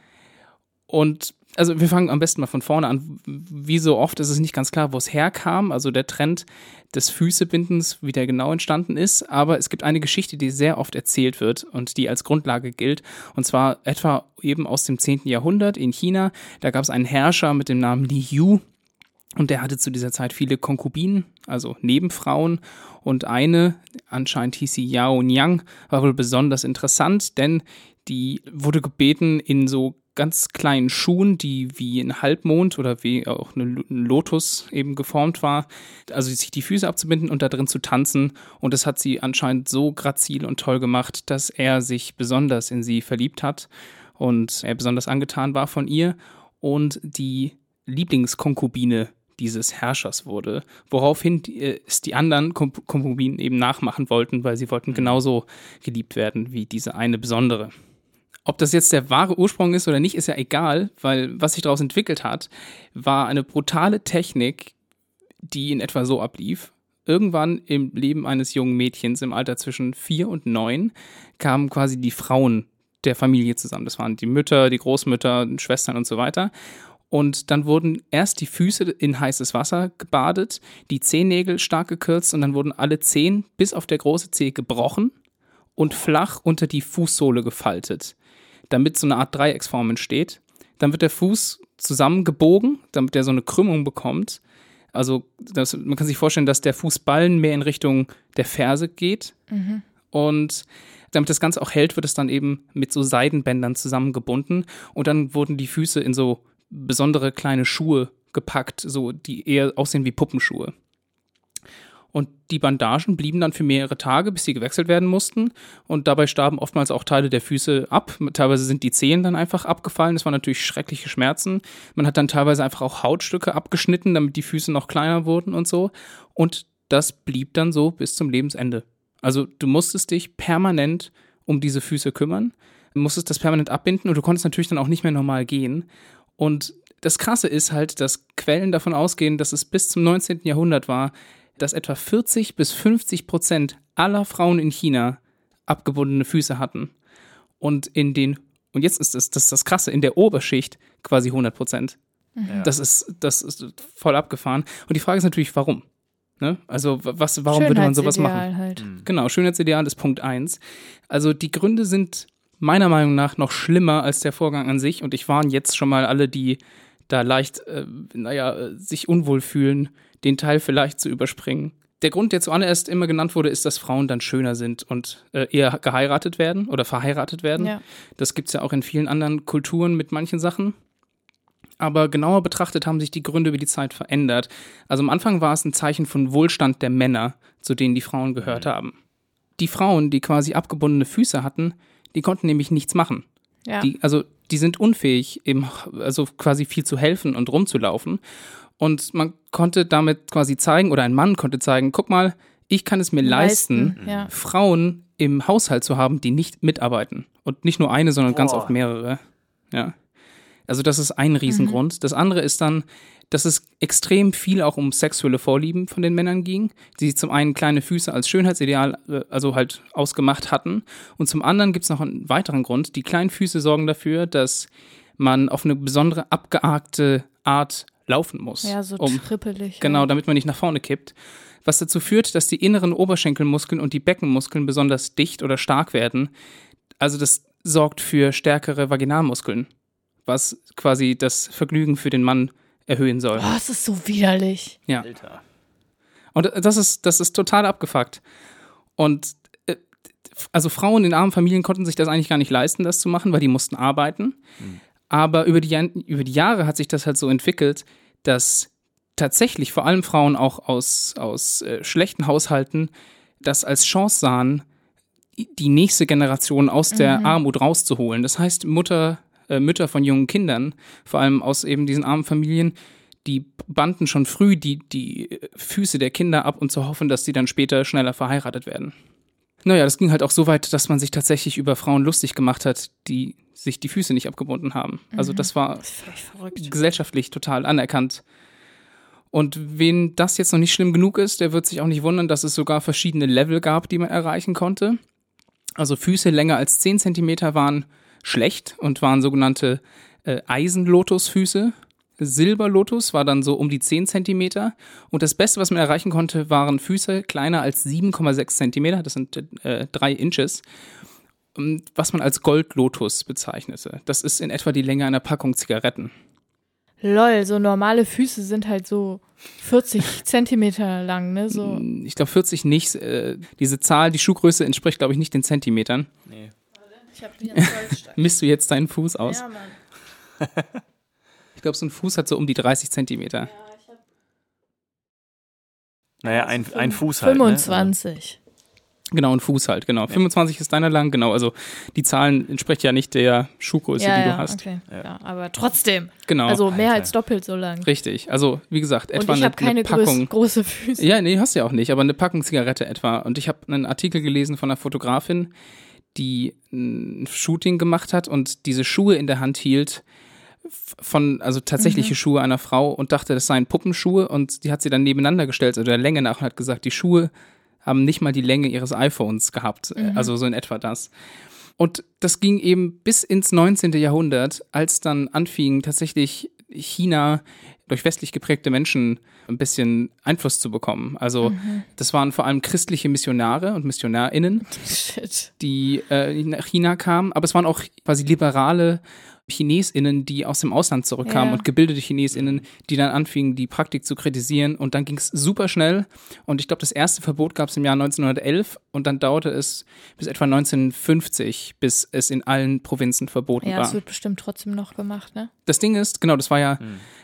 Und also wir fangen am besten mal von vorne an. Wie so oft ist es nicht ganz klar, wo es herkam, also der Trend des Füßebindens, wie der genau entstanden ist. Aber es gibt eine Geschichte, die sehr oft erzählt wird und die als Grundlage gilt. Und zwar etwa eben aus dem 10. Jahrhundert in China. Da gab es einen Herrscher mit dem Namen Li Yu. Und der hatte zu dieser Zeit viele Konkubinen, also Nebenfrauen. Und eine, anscheinend hieß sie Yao Niang, war wohl besonders interessant, denn die wurde gebeten, in so ganz kleinen Schuhen, die wie ein Halbmond oder wie auch ein Lotus eben geformt war, also sich die Füße abzubinden und da drin zu tanzen. Und das hat sie anscheinend so grazil und toll gemacht, dass er sich besonders in sie verliebt hat und er besonders angetan war von ihr und die Lieblingskonkubine dieses Herrschers wurde, woraufhin es die anderen Konkubinen eben nachmachen wollten, weil sie wollten genauso geliebt werden wie diese eine besondere. Ob das jetzt der wahre Ursprung ist oder nicht, ist ja egal, weil was sich daraus entwickelt hat, war eine brutale Technik, die in etwa so ablief. Irgendwann im Leben eines jungen Mädchens im Alter zwischen 4 und 9 kamen quasi die Frauen der Familie zusammen. Das waren die Mütter, die Großmütter, Schwestern und so weiter. Und dann wurden erst die Füße in heißes Wasser gebadet, die Zehennägel stark gekürzt und dann wurden alle Zehen bis auf der große Zeh gebrochen und flach unter die Fußsohle gefaltet, damit so eine Art Dreiecksform entsteht. Dann wird der Fuß zusammengebogen, damit er so eine Krümmung bekommt. Also man kann sich vorstellen, dass der Fußballen mehr in Richtung der Ferse geht. Und damit das Ganze auch hält, wird es dann eben mit so Seidenbändern zusammengebunden. Und dann wurden die Füße in so besondere kleine Schuhe gepackt, so die eher aussehen wie Puppenschuhe. Und die Bandagen blieben dann für mehrere Tage, bis sie gewechselt werden mussten. Und dabei starben oftmals auch Teile der Füße ab. Teilweise sind die Zehen dann einfach abgefallen. Das waren natürlich schreckliche Schmerzen. Man hat dann teilweise einfach auch Hautstücke abgeschnitten, damit die Füße noch kleiner wurden und so. Und das blieb dann so bis zum Lebensende. Also du musstest dich permanent um diese Füße kümmern, du musstest das permanent abbinden und du konntest natürlich dann auch nicht mehr normal gehen. Und das Krasse ist halt, dass Quellen davon ausgehen, dass es bis zum 19. Jahrhundert war, dass etwa 40-50% aller Frauen in China abgebundene Füße hatten. Und jetzt ist das Krasse, in der Oberschicht quasi 100%. Ja. Das ist voll abgefahren. Und die Frage ist natürlich, warum? Ne? Also warum würde man sowas machen? Halt. Genau, Schönheitsideal ist Punkt 1. Also die Gründe sind meiner Meinung nach noch schlimmer als der Vorgang an sich. Und ich warne jetzt schon mal alle, die da leicht, sich unwohl fühlen, den Teil vielleicht zu überspringen. Der Grund, der zuallererst immer genannt wurde, ist, dass Frauen dann schöner sind und eher geheiratet werden oder verheiratet werden. Ja. Das gibt es ja auch in vielen anderen Kulturen mit manchen Sachen. Aber genauer betrachtet haben sich die Gründe über die Zeit verändert. Also am Anfang war es ein Zeichen von Wohlstand der Männer, zu denen die Frauen gehört haben. Die Frauen, die quasi abgebundene Füße hatten, die konnten nämlich nichts machen. Ja. Die sind unfähig, eben, also quasi viel zu helfen und rumzulaufen. Und man konnte damit quasi zeigen, oder ein Mann konnte zeigen, guck mal, ich kann es mir leisten, Frauen im Haushalt zu haben, die nicht mitarbeiten. Und nicht nur eine, sondern ganz oft mehrere. Ja. Also das ist ein Riesengrund. Das andere ist dann, dass es extrem viel auch um sexuelle Vorlieben von den Männern ging, die zum einen kleine Füße als Schönheitsideal, also halt ausgemacht hatten. Und zum anderen gibt es noch einen weiteren Grund. Die kleinen Füße sorgen dafür, dass man auf eine besondere abgearkte Art laufen muss. Ja, so trippelig. Genau, damit man nicht nach vorne kippt. Was dazu führt, dass die inneren Oberschenkelmuskeln und die Beckenmuskeln besonders dicht oder stark werden. Also das sorgt für stärkere Vaginalmuskeln, was quasi das Vergnügen für den Mann erhöhen soll. Oh, das ist so widerlich. Ja. Alter. Und das ist total abgefuckt. Und also Frauen in armen Familien konnten sich das eigentlich gar nicht leisten, das zu machen, weil die mussten arbeiten. Aber über die Jahre hat sich das halt so entwickelt, dass tatsächlich vor allem Frauen auch aus schlechten Haushalten das als Chance sahen, die nächste Generation aus der Armut rauszuholen. Das heißt, Mütter von jungen Kindern, vor allem aus eben diesen armen Familien, die banden schon früh die Füße der Kinder ab, um zu hoffen, dass sie dann später schneller verheiratet werden. Naja, das ging halt auch so weit, dass man sich tatsächlich über Frauen lustig gemacht hat, die sich die Füße nicht abgebunden haben. Also das war gesellschaftlich total anerkannt. Und wen das jetzt noch nicht schlimm genug ist, der wird sich auch nicht wundern, dass es sogar verschiedene Level gab, die man erreichen konnte. Also Füße länger als 10 Zentimeter waren schlecht und waren sogenannte Eisenlotusfüße. Silberlotus war dann so um die 10 Zentimeter. Und das Beste, was man erreichen konnte, waren Füße kleiner als 7,6 Zentimeter. Das sind 3 Inches. Was man als Goldlotus bezeichnete. Das ist in etwa die Länge einer Packung Zigaretten. Lol, so normale Füße sind halt so 40 Zentimeter lang, ne? So. Ich glaube 40 nicht. Diese Zahl, die Schuhgröße entspricht, glaube ich, nicht den Zentimetern. Nee. Ich habe hier einen Zollstock. Misst du jetzt deinen Fuß aus? Ja, Mann. Ich glaube, so ein Fuß hat so um die 30 Zentimeter. Ja, ich habe... Naja, ein Fuß halt. 25. Ne? Genau, ein Fuß halt, genau. Ja. 25 ist deiner lang, genau. Also die Zahlen entsprechen ja nicht der Schuhgröße, die du hast. Okay. Ja, aber trotzdem. Genau. Also mehr als doppelt so lang. Richtig. Also wie gesagt, etwa und ich habe keine Packung. Große Füße. Ja, nee, hast du ja auch nicht, aber eine Packung Zigarette etwa. Und ich habe einen Artikel gelesen von einer Fotografin, die ein Shooting gemacht hat und diese Schuhe in der Hand hielt, also tatsächliche Schuhe einer Frau und dachte, das seien Puppenschuhe und die hat sie dann nebeneinander gestellt, also der Länge nach, und hat gesagt, die Schuhe haben nicht mal die Länge ihres iPhones gehabt, also so in etwa das. Und das ging eben bis ins 19. Jahrhundert, als dann anfing tatsächlich China durch westlich geprägte Menschen ein bisschen Einfluss zu bekommen. Also das waren vor allem christliche Missionare und MissionarInnen, die nach China kamen, aber es waren auch quasi liberale ChinesInnen, die aus dem Ausland zurückkamen und gebildete ChinesInnen, die dann anfingen, die Praktik zu kritisieren und dann ging es super schnell und ich glaube, das erste Verbot gab es im Jahr 1911 und dann dauerte es bis etwa 1950, bis es in allen Provinzen verboten war. Ja, es wird bestimmt trotzdem noch gemacht, ne? Das Ding ist, genau, das war ja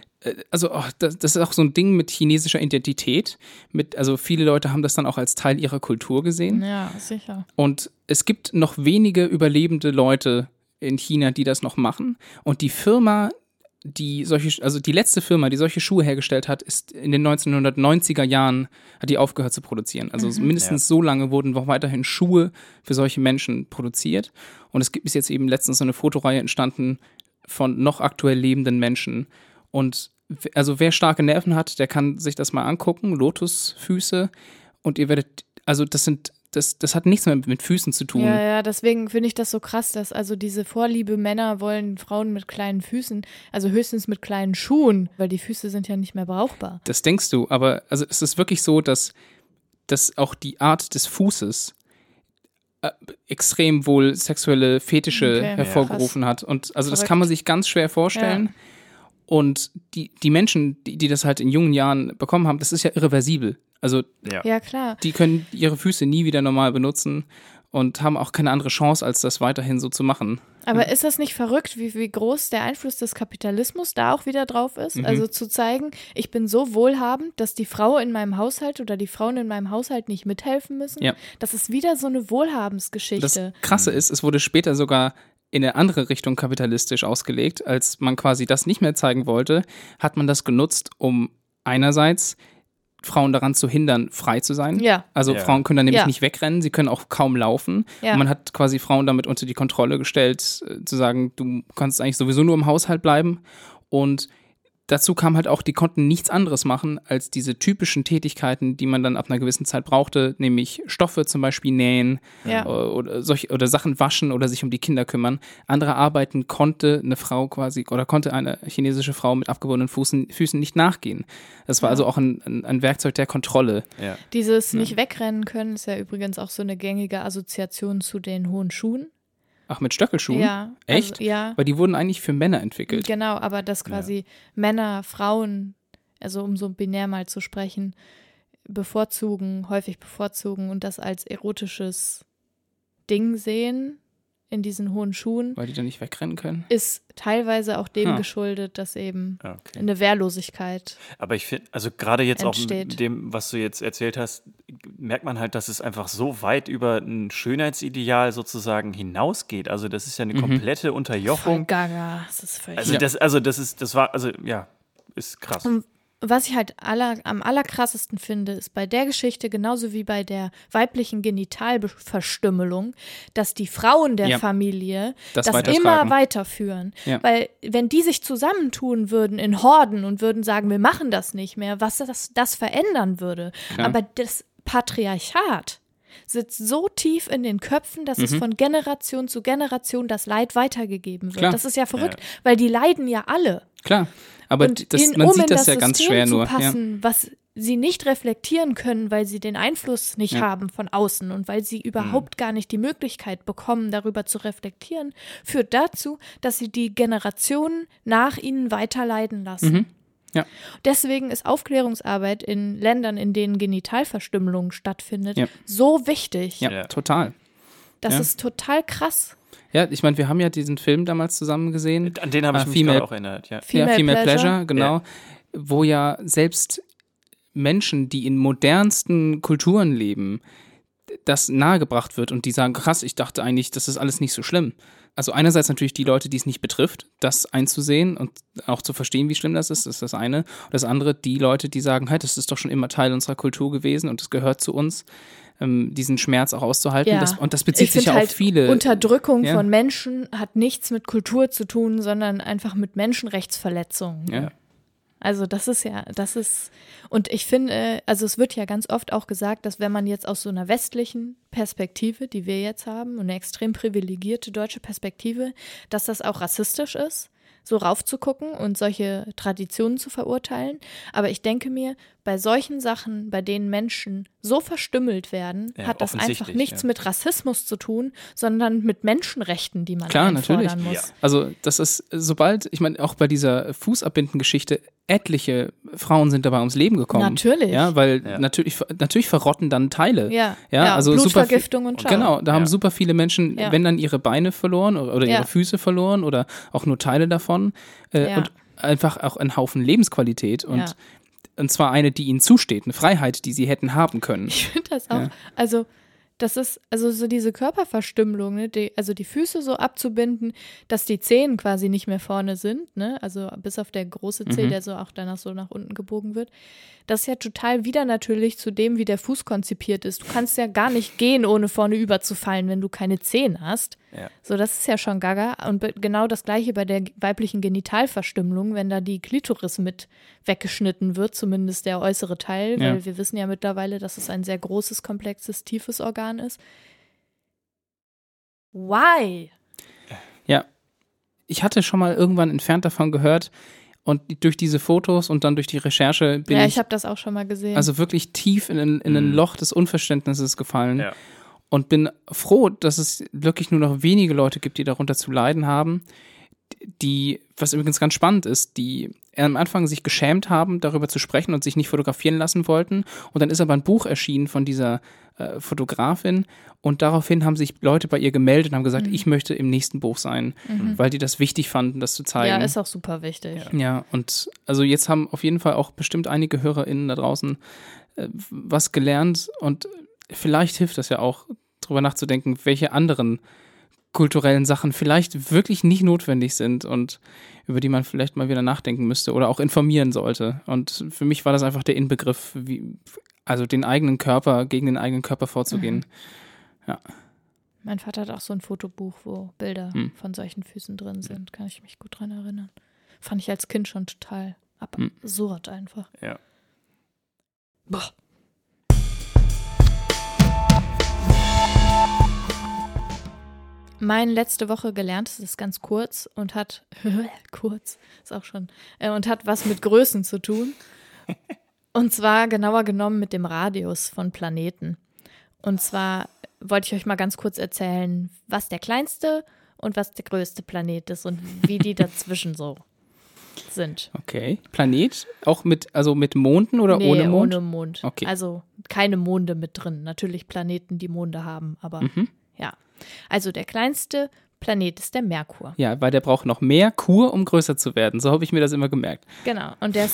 das ist auch so ein Ding mit chinesischer Identität. Also viele Leute haben das dann auch als Teil ihrer Kultur gesehen. Ja, sicher. Und es gibt noch wenige überlebende Leute in China, die das noch machen. Und die Firma, die letzte Firma, die solche Schuhe hergestellt hat, ist in den 1990er Jahren, hat die aufgehört zu produzieren. Also mindestens so lange wurden noch weiterhin Schuhe für solche Menschen produziert. Und es ist jetzt eben letztens so eine Fotoreihe entstanden von noch aktuell lebenden Menschen. Und also wer starke Nerven hat, der kann sich das mal angucken, Lotusfüße. Und ihr werdet, also das hat nichts mehr mit Füßen zu tun. Ja, deswegen finde ich das so krass, dass also diese Vorliebe Männer wollen Frauen mit kleinen Füßen, also höchstens mit kleinen Schuhen, weil die Füße sind ja nicht mehr brauchbar. Das denkst du, aber also es ist wirklich so, dass auch die Art des Fußes extrem wohl sexuelle Fetische hervorgerufen hat. Und also das kann man sich ganz schwer vorstellen. Ja. Und die Menschen, die das halt in jungen Jahren bekommen haben, das ist ja irreversibel. Also ja, klar. Die können ihre Füße nie wieder normal benutzen und haben auch keine andere Chance, als das weiterhin so zu machen. Aber ist das nicht verrückt, wie groß der Einfluss des Kapitalismus da auch wieder drauf ist? Also zu zeigen, ich bin so wohlhabend, dass die Frau in meinem Haushalt oder die Frauen in meinem Haushalt nicht mithelfen müssen. Ja. Das ist wieder so eine Wohlhabensgeschichte. Das Krasse ist, es wurde später sogar in eine andere Richtung kapitalistisch ausgelegt. Als man quasi das nicht mehr zeigen wollte, hat man das genutzt, um einerseits Frauen daran zu hindern, frei zu sein. Ja. Also Frauen können dann nämlich nicht wegrennen, sie können auch kaum laufen. Ja. Und man hat quasi Frauen damit unter die Kontrolle gestellt, zu sagen, du kannst eigentlich sowieso nur im Haushalt bleiben. Und dazu kam halt auch, die konnten nichts anderes machen als diese typischen Tätigkeiten, die man dann ab einer gewissen Zeit brauchte, nämlich Stoffe zum Beispiel nähen oder Sachen waschen oder sich um die Kinder kümmern. Andere Arbeiten konnte eine chinesische Frau mit abgebundenen Füßen nicht nachgehen. Das war also auch ein Werkzeug der Kontrolle. Ja. Dieses nicht wegrennen können ist ja übrigens auch so eine gängige Assoziation zu den hohen Schuhen. Ach, mit Stöckelschuhen? Ja. Echt? Also, ja. Weil die wurden eigentlich für Männer entwickelt. Genau, aber dass quasi Männer, Frauen, also um so binär mal zu sprechen, häufig bevorzugen und das als erotisches Ding sehen in diesen hohen Schuhen. Weil die dann nicht wegrennen können? Ist teilweise auch dem geschuldet, dass eben eine Wehrlosigkeit Aber ich finde, also gerade jetzt entsteht. Auch mit dem, was du jetzt erzählt hast, merkt man halt, dass es einfach so weit über ein Schönheitsideal sozusagen hinausgeht. Also das ist ja eine komplette Unterjochung. Voll gaga, das ist völlig... ist krass. Und was ich halt am allerkrassesten finde, ist bei der Geschichte, genauso wie bei der weiblichen Genitalverstümmelung, dass die Frauen der Familie das immer weiterführen. Ja. Weil wenn die sich zusammentun würden in Horden und würden sagen, wir machen das nicht mehr, was das verändern würde. Ja. Aber das Patriarchat sitzt so tief in den Köpfen, dass es von Generation zu Generation das Leid weitergegeben wird. Klar. Das ist ja verrückt, weil die leiden ja alle. Klar, aber man sieht das ja ganz schwer nur. Was sie nicht reflektieren können, weil sie den Einfluss nicht haben von außen und weil sie überhaupt gar nicht die Möglichkeit bekommen, darüber zu reflektieren, führt dazu, dass sie die Generationen nach ihnen weiterleiden lassen. Mhm. Ja. Deswegen ist Aufklärungsarbeit in Ländern, in denen Genitalverstümmelung stattfindet, so wichtig. Ja, total. Das ist total krass. Ja, ich meine, wir haben ja diesen Film damals zusammen gesehen. An den habe ich mich gerade auch erinnert. Ja. Female Pleasure, genau. Wo ja selbst Menschen, die in modernsten Kulturen leben, das nahegebracht wird und die sagen, krass, ich dachte eigentlich, das ist alles nicht so schlimm. Also einerseits natürlich die Leute, die es nicht betrifft, das einzusehen und auch zu verstehen, wie schlimm das ist das eine. Und das andere, die Leute, die sagen, hey, das ist doch schon immer Teil unserer Kultur gewesen und das gehört zu uns, diesen Schmerz auch auszuhalten. Ja. Und das bezieht sich ja auf viele. Unterdrückung von Menschen hat nichts mit Kultur zu tun, sondern einfach mit Menschenrechtsverletzungen. Ja. Also und ich finde, also es wird ja ganz oft auch gesagt, dass wenn man jetzt aus so einer westlichen Perspektive, die wir jetzt haben, eine extrem privilegierte deutsche Perspektive, dass das auch rassistisch ist, so raufzugucken und solche Traditionen zu verurteilen. Aber ich denke mir, bei solchen Sachen, bei denen Menschen so verstümmelt werden, hat das einfach nichts mit Rassismus zu tun, sondern mit Menschenrechten, die man einfordern muss. Ja. Also das ist, ich meine, auch bei dieser Fußabbinden-Geschichte, etliche Frauen sind dabei ums Leben gekommen. Natürlich. Ja, weil natürlich verrotten dann Teile. Ja, also Blutvergiftung und Schau. Genau, da haben super viele Menschen, wenn dann ihre Beine verloren oder ihre Füße verloren oder auch nur Teile davon und einfach auch einen Haufen Lebensqualität und zwar eine, die ihnen zusteht, eine Freiheit, die sie hätten haben können. Ich finde das auch, also das ist, also so diese Körperverstümmelung, ne, die Füße so abzubinden, dass die Zehen quasi nicht mehr vorne sind, ne, also bis auf der große Zeh, der so auch danach so nach unten gebogen wird. Das ist ja total widernatürlich zu dem, wie der Fuß konzipiert ist. Du kannst ja gar nicht gehen, ohne vorne überzufallen, wenn du keine Zehen hast. Ja. So, das ist ja schon gaga. Und genau das Gleiche bei der weiblichen Genitalverstümmelung, wenn da die Klitoris mit weggeschnitten wird, zumindest der äußere Teil, weil wir wissen ja mittlerweile, dass es ein sehr großes, komplexes, tiefes Organ ist. Why? Ja, ich hatte schon mal irgendwann entfernt davon gehört und durch diese Fotos und dann durch die Recherche bin ich habe das auch schon mal gesehen. Also wirklich tief in ein Loch des Unverständnisses gefallen. Ja. Und bin froh, dass es wirklich nur noch wenige Leute gibt, die darunter zu leiden haben, die, was übrigens ganz spannend ist, die am Anfang sich geschämt haben, darüber zu sprechen und sich nicht fotografieren lassen wollten. Und dann ist aber ein Buch erschienen von dieser Fotografin und daraufhin haben sich Leute bei ihr gemeldet und haben gesagt, ich möchte im nächsten Buch sein, weil die das wichtig fanden, das zu zeigen. Ja, ist auch super wichtig. Ja, und also jetzt haben auf jeden Fall auch bestimmt einige HörerInnen da draußen was gelernt und vielleicht hilft das ja auch, darüber nachzudenken, welche anderen kulturellen Sachen vielleicht wirklich nicht notwendig sind und über die man vielleicht mal wieder nachdenken müsste oder auch informieren sollte. Und für mich war das einfach der Inbegriff, also den eigenen Körper, gegen den eigenen Körper vorzugehen. Ja. Mein Vater hat auch so ein Fotobuch, wo Bilder von solchen Füßen drin sind. Kann ich mich gut dran erinnern. Fand ich als Kind schon total absurd einfach. Ja. Boah. Mein letzte Woche gelerntes ist ganz kurz und hat ist auch schon und hat was mit Größen zu tun. Und zwar genauer genommen mit dem Radius von Planeten. Und zwar wollte ich euch mal ganz kurz erzählen, was der kleinste und was der größte Planet ist und wie die dazwischen so sind. Okay. Planet? Auch mit Monden oder ohne Mond? Ohne Mond. Okay. Also keine Monde mit drin. Natürlich Planeten, die Monde haben, aber ja. Also der kleinste Planet ist der Merkur. Ja, weil der braucht noch mehr Kur, um größer zu werden. So habe ich mir das immer gemerkt. Genau. Und der ist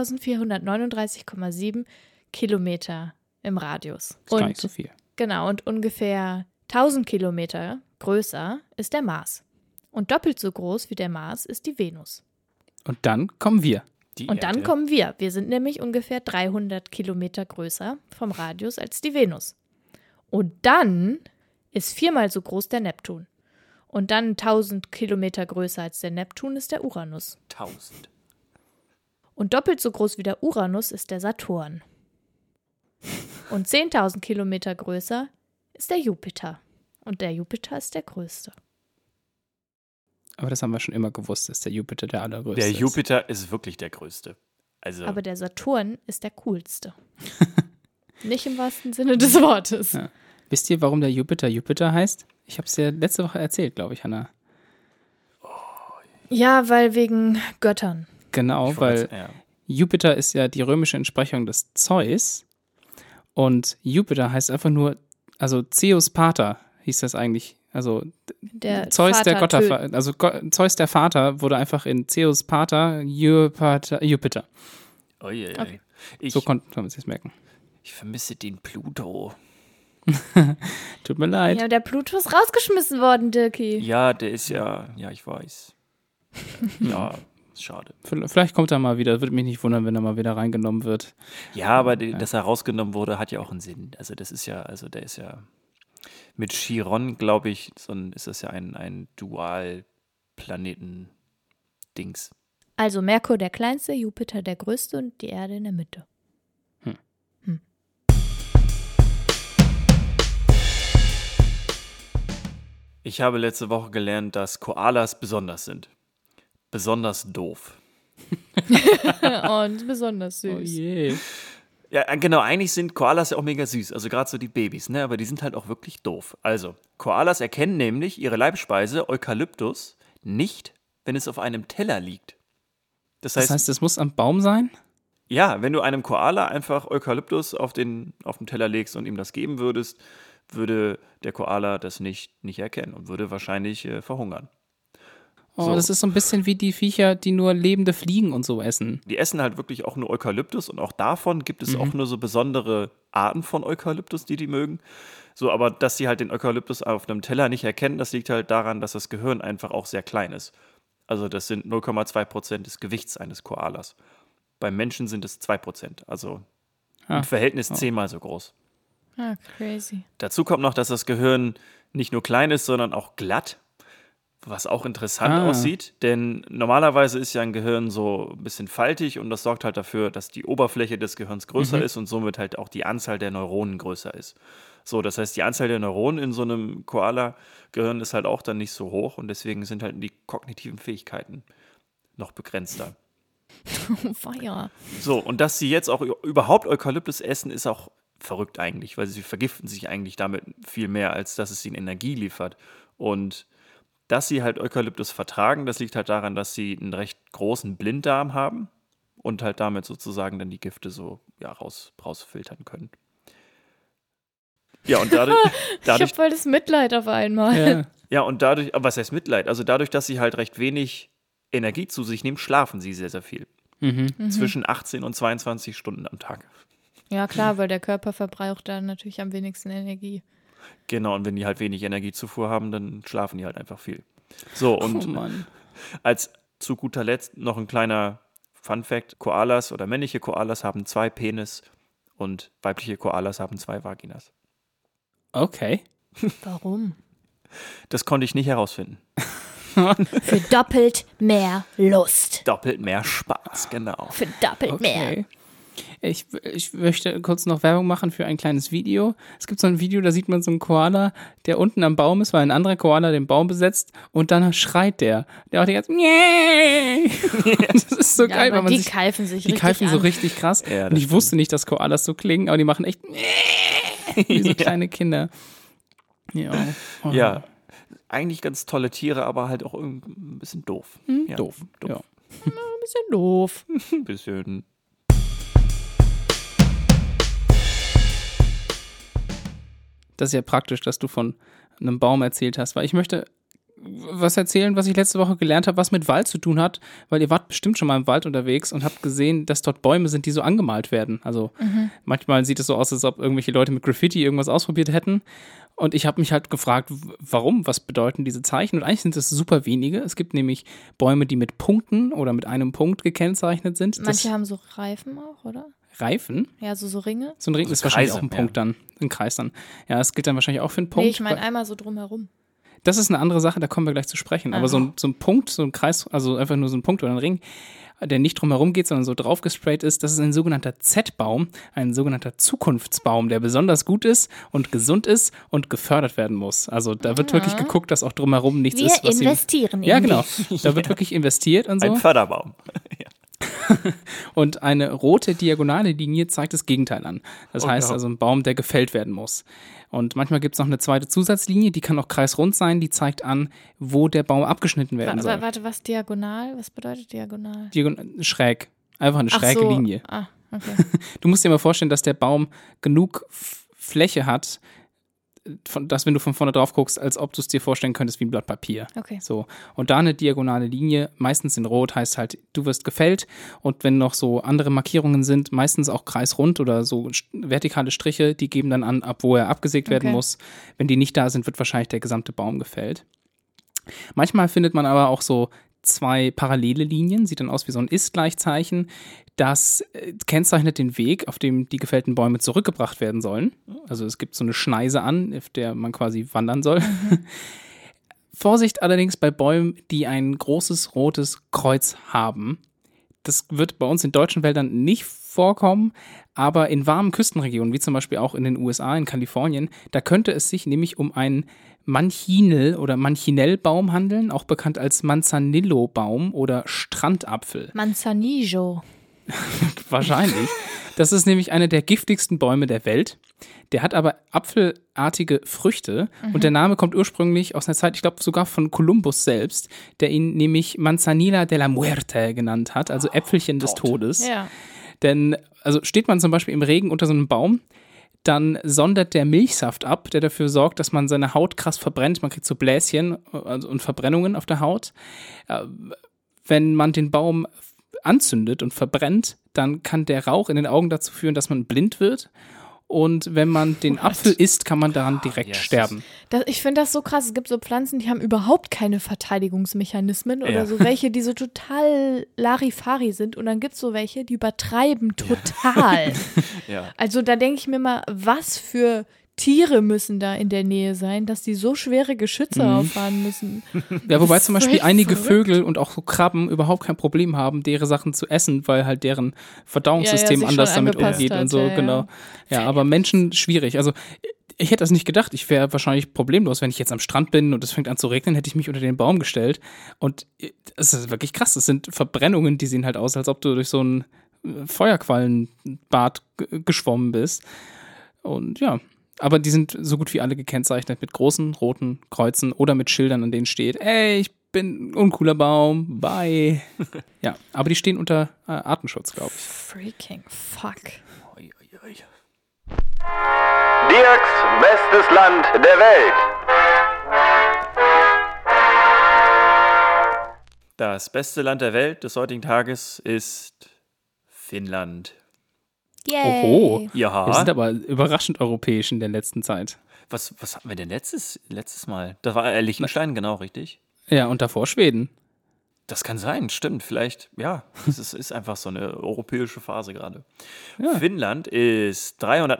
2439,7 Kilometer im Radius. Das ist gar nicht so viel. Genau. Und ungefähr 1000 Kilometer größer ist der Mars. Und doppelt so groß wie der Mars ist die Venus. Und dann kommen wir. Dann kommen wir. Wir sind nämlich ungefähr 300 Kilometer größer vom Radius als die Venus. Und dann ist 4-mal so groß der Neptun. Und dann 1000 Kilometer größer als der Neptun ist der Uranus. 1000. Und doppelt so groß wie der Uranus ist der Saturn. Und 10.000 Kilometer größer ist der Jupiter. Und der Jupiter ist der größte. Aber das haben wir schon immer gewusst, dass der Jupiter der allergrößte ist. Der Jupiter ist wirklich der größte. Aber der Saturn ist der coolste. Nicht im wahrsten Sinne des Wortes. Ja. Wisst ihr, warum der Jupiter heißt? Ich habe es dir letzte Woche erzählt, glaube ich, Hannah. Ja, weil wegen Göttern. Genau, weil Jupiter ist ja die römische Entsprechung des Zeus. Und Jupiter heißt einfach nur, also Zeus Pater hieß das eigentlich. Also der Zeus Vater der Götter, also Zeus der Vater wurde einfach in Zeus Pater Jupiter. Oh je. Okay. So konnten wir uns das merken. Ich vermisse den Pluto. Tut mir leid. Ja, der Pluto ist rausgeschmissen worden, Dirki. Ja, der ist ja, ich weiß. Ja, ist schade. Vielleicht kommt er mal wieder, würde mich nicht wundern, wenn er mal wieder reingenommen wird. Ja, aber dass er rausgenommen wurde, hat ja auch einen Sinn. Also der ist ja mit Chiron, glaube ich, ist das ja ein Dual-Planeten-Dings. Also Merkur der kleinste, Jupiter der größte und die Erde in der Mitte. Ich habe letzte Woche gelernt, dass Koalas besonders sind. Besonders doof. Und besonders süß. Oh je. Ja, genau, eigentlich sind Koalas ja auch mega süß, also gerade so die Babys, ne? Aber die sind halt auch wirklich doof. Also, Koalas erkennen nämlich ihre Leibspeise Eukalyptus nicht, wenn es auf einem Teller liegt. Das heißt, es muss am Baum sein? Ja, wenn du einem Koala einfach Eukalyptus auf dem Teller legst und ihm das geben würdest, würde der Koala das nicht erkennen und würde wahrscheinlich verhungern. Oh, so. Das ist so ein bisschen wie die Viecher, die nur lebende Fliegen und so essen. Die essen halt wirklich auch nur Eukalyptus und auch davon gibt es auch nur so besondere Arten von Eukalyptus, die mögen. So, aber dass sie halt den Eukalyptus auf einem Teller nicht erkennen, das liegt halt daran, dass das Gehirn einfach auch sehr klein ist. Also das sind 0,2% des Gewichts eines Koalas. Beim Menschen sind es 2%, also im Verhältnis 10-mal so groß. Ah, crazy. Dazu kommt noch, dass das Gehirn nicht nur klein ist, sondern auch glatt, was auch interessant aussieht, denn normalerweise ist ja ein Gehirn so ein bisschen faltig und das sorgt halt dafür, dass die Oberfläche des Gehirns größer ist und somit halt auch die Anzahl der Neuronen größer ist. So, das heißt, die Anzahl der Neuronen in so einem Koala-Gehirn ist halt auch dann nicht so hoch und deswegen sind halt die kognitiven Fähigkeiten noch begrenzter. Feier. So, und dass sie jetzt auch überhaupt Eukalyptus essen, ist auch verrückt eigentlich, weil sie vergiften sich eigentlich damit viel mehr, als dass es ihnen Energie liefert. Und dass sie halt Eukalyptus vertragen, das liegt halt daran, dass sie einen recht großen Blinddarm haben und halt damit sozusagen dann die Gifte so rausfiltern können. Ja, und dadurch ich habe voll das Mitleid auf einmal. Ja, und dadurch, was heißt Mitleid? Also dadurch, dass sie halt recht wenig Energie zu sich nehmen, schlafen sie sehr, sehr viel. Zwischen 18 und 22 Stunden am Tag. Ja, klar, weil der Körper verbraucht dann natürlich am wenigsten Energie. Genau, und wenn die halt wenig Energiezufuhr haben, dann schlafen die halt einfach viel. So, und als zu guter Letzt noch ein kleiner Fun-Fact: Koalas oder männliche Koalas haben 2 Penis und weibliche Koalas haben 2 Vaginas. Okay. Warum? Das konnte ich nicht herausfinden. Für doppelt mehr Lust. Doppelt mehr Spaß, genau. Für doppelt mehr. Ich möchte kurz noch Werbung machen für ein kleines Video. Es gibt so ein Video, da sieht man so einen Koala, der unten am Baum ist, weil ein anderer Koala den Baum besetzt und dann schreit der. Der auch die ganze Das ist so geil, weil man die keifen sich richtig Die keifen so an. richtig krass. Ja, und ich wusste nicht, dass Koalas so klingen, aber die machen echt wie so kleine Kinder. Ja. Oh. Ja, eigentlich ganz tolle Tiere, aber halt auch ein bisschen doof. Ja, Doof. Ja. Ein bisschen doof. Ein bisschen. Das ist ja praktisch, dass du von einem Baum erzählt hast, weil ich möchte was erzählen, was ich letzte Woche gelernt habe, was mit Wald zu tun hat, weil ihr wart bestimmt schon mal im Wald unterwegs und habt gesehen, dass dort Bäume sind, die so angemalt werden. Also manchmal sieht es so aus, als ob irgendwelche Leute mit Graffiti irgendwas ausprobiert hätten. Und ich habe mich halt gefragt, warum, was bedeuten diese Zeichen? Und eigentlich sind es super wenige. Es gibt nämlich Bäume, die mit Punkten oder mit einem Punkt gekennzeichnet sind. Manche haben so Reifen auch, oder? Reifen? Ja, so Ringe. So ein Ring ist wahrscheinlich auch ein Punkt dann, ein Kreis dann. Ja, das gilt dann wahrscheinlich auch für einen Punkt. Nee, ich meine einmal so drumherum. Das ist eine andere Sache, da kommen wir gleich zu sprechen. Aber so ein Punkt, so ein Kreis, also einfach nur so ein Punkt oder ein Ring, der nicht drumherum geht, sondern so drauf gesprayt ist, das ist ein sogenannter Z-Baum, ein sogenannter Zukunftsbaum, der besonders gut ist und gesund ist und gefördert werden muss. Also da wird wirklich geguckt, dass auch drumherum nichts ist, was wir investieren in Ja, genau. Da wird wirklich investiert und so. Ein Förderbaum. Ja. Und eine rote diagonale Linie zeigt das Gegenteil an. Das heißt also ein Baum, der gefällt werden muss. Und manchmal gibt es noch eine zweite Zusatzlinie, die kann auch kreisrund sein, die zeigt an, wo der Baum abgeschnitten werden soll. Warte, was diagonal? Was bedeutet diagonal? Schräg. Einfach eine schräge Linie. Ah, okay. Du musst dir mal vorstellen, dass der Baum genug Fläche hat, dass, wenn du von vorne drauf guckst, als ob du es dir vorstellen könntest wie ein Blatt Papier. Okay. So. Und da eine diagonale Linie, meistens in Rot, heißt halt, du wirst gefällt. Und wenn noch so andere Markierungen sind, meistens auch kreisrund oder so vertikale Striche, die geben dann an, ab wo er abgesägt werden muss. Wenn die nicht da sind, wird wahrscheinlich der gesamte Baum gefällt. Manchmal findet man aber auch so 2 parallele Linien, sieht dann aus wie so ein Ist-Gleichzeichen. Das kennzeichnet den Weg, auf dem die gefällten Bäume zurückgebracht werden sollen. Also es gibt so eine Schneise an, auf der man quasi wandern soll. Vorsicht allerdings bei Bäumen, die ein großes rotes Kreuz haben. Das wird bei uns in deutschen Wäldern nicht vorkommen, aber in warmen Küstenregionen, wie zum Beispiel auch in den USA, in Kalifornien, da könnte es sich nämlich um einen Manchinell- oder Manchinellbaum handeln, auch bekannt als Manzanillo-Baum oder Strandapfel. Manzanillo. Wahrscheinlich. Das ist nämlich einer der giftigsten Bäume der Welt. Der hat aber apfelartige Früchte und der Name kommt ursprünglich aus einer Zeit, ich glaube sogar von Kolumbus selbst, der ihn nämlich Manzanilla de la Muerte genannt hat, also Äpfelchen des Todes. Ja. Denn, also steht man zum Beispiel im Regen unter so einem Baum, dann sondert der Milchsaft ab, der dafür sorgt, dass man seine Haut krass verbrennt. Man kriegt so Bläschen und Verbrennungen auf der Haut. Wenn man den Baum anzündet und verbrennt, dann kann der Rauch in den Augen dazu führen, dass man blind wird. Und wenn man den Apfel isst, kann man daran direkt sterben. Ich finde das so krass. Es gibt so Pflanzen, die haben überhaupt keine Verteidigungsmechanismen oder so welche, die so total Larifari sind. Und dann gibt es so welche, die übertreiben total. Ja. Also da denke ich mir mal, was für Tiere müssen da in der Nähe sein, dass die so schwere Geschütze auffahren müssen. Ja, wobei zum Beispiel einige Vögel und auch so Krabben überhaupt kein Problem haben, deren Sachen zu essen, weil halt deren Verdauungssystem anders damit umgeht und so, genau. Ja, aber Menschen schwierig. Also ich hätte das nicht gedacht. Ich wäre wahrscheinlich problemlos, wenn ich jetzt am Strand bin und es fängt an zu regnen, hätte ich mich unter den Baum gestellt. Und es ist wirklich krass. Das sind Verbrennungen, die sehen halt aus, als ob du durch so ein Feuerquallenbad geschwommen bist. Und ja, aber die sind so gut wie alle gekennzeichnet mit großen roten Kreuzen oder mit Schildern, an denen steht, ey, ich bin ein uncooler Baum, bye. Ja, aber die stehen unter Artenschutz, glaube ich. Freaking fuck. Dirks bestes Land der Welt. Das beste Land der Welt des heutigen Tages ist Finnland. Yay. Oho, Ja. wir sind aber überraschend europäisch in der letzten Zeit. Was hatten wir denn letztes Mal? Da war Liechtenstein, genau, richtig? Ja, und davor Schweden. Das kann sein, stimmt. Vielleicht, ja. Es ist einfach so eine europäische Phase gerade. Ja. Finnland ist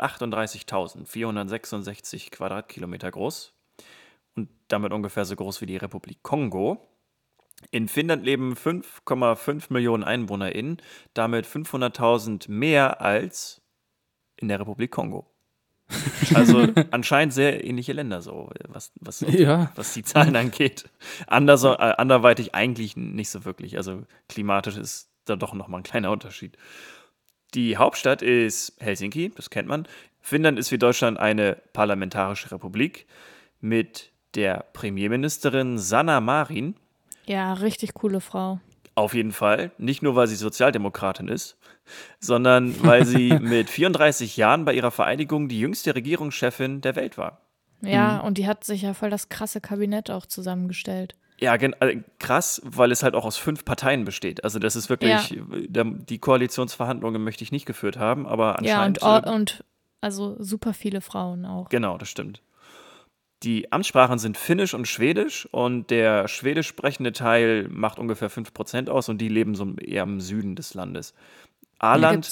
338.466 Quadratkilometer groß und damit ungefähr so groß wie die Republik Kongo. In Finnland leben 5,5 Millionen EinwohnerInnen, damit 500.000 mehr als in der Republik Kongo. Also anscheinend sehr ähnliche Länder, so was die Zahlen angeht. Anderweitig eigentlich nicht so wirklich. Also klimatisch ist da doch nochmal ein kleiner Unterschied. Die Hauptstadt ist Helsinki, das kennt man. Finnland ist wie Deutschland eine parlamentarische Republik mit der Premierministerin Sanna Marin. Ja, richtig coole Frau. Auf jeden Fall. Nicht nur, weil sie Sozialdemokratin ist, sondern weil sie mit 34 Jahren bei ihrer Vereidigung die jüngste Regierungschefin der Welt war. Ja, und die hat sich ja voll das krasse Kabinett auch zusammengestellt. Ja, krass, weil es halt auch aus 5 Parteien besteht. Also das ist wirklich, die Koalitionsverhandlungen möchte ich nicht geführt haben, aber anscheinend... Ja, und also super viele Frauen auch. Genau, das stimmt. Die Amtssprachen sind Finnisch und Schwedisch und der schwedisch sprechende Teil macht ungefähr 5% aus und die leben so eher im Süden des Landes. Åland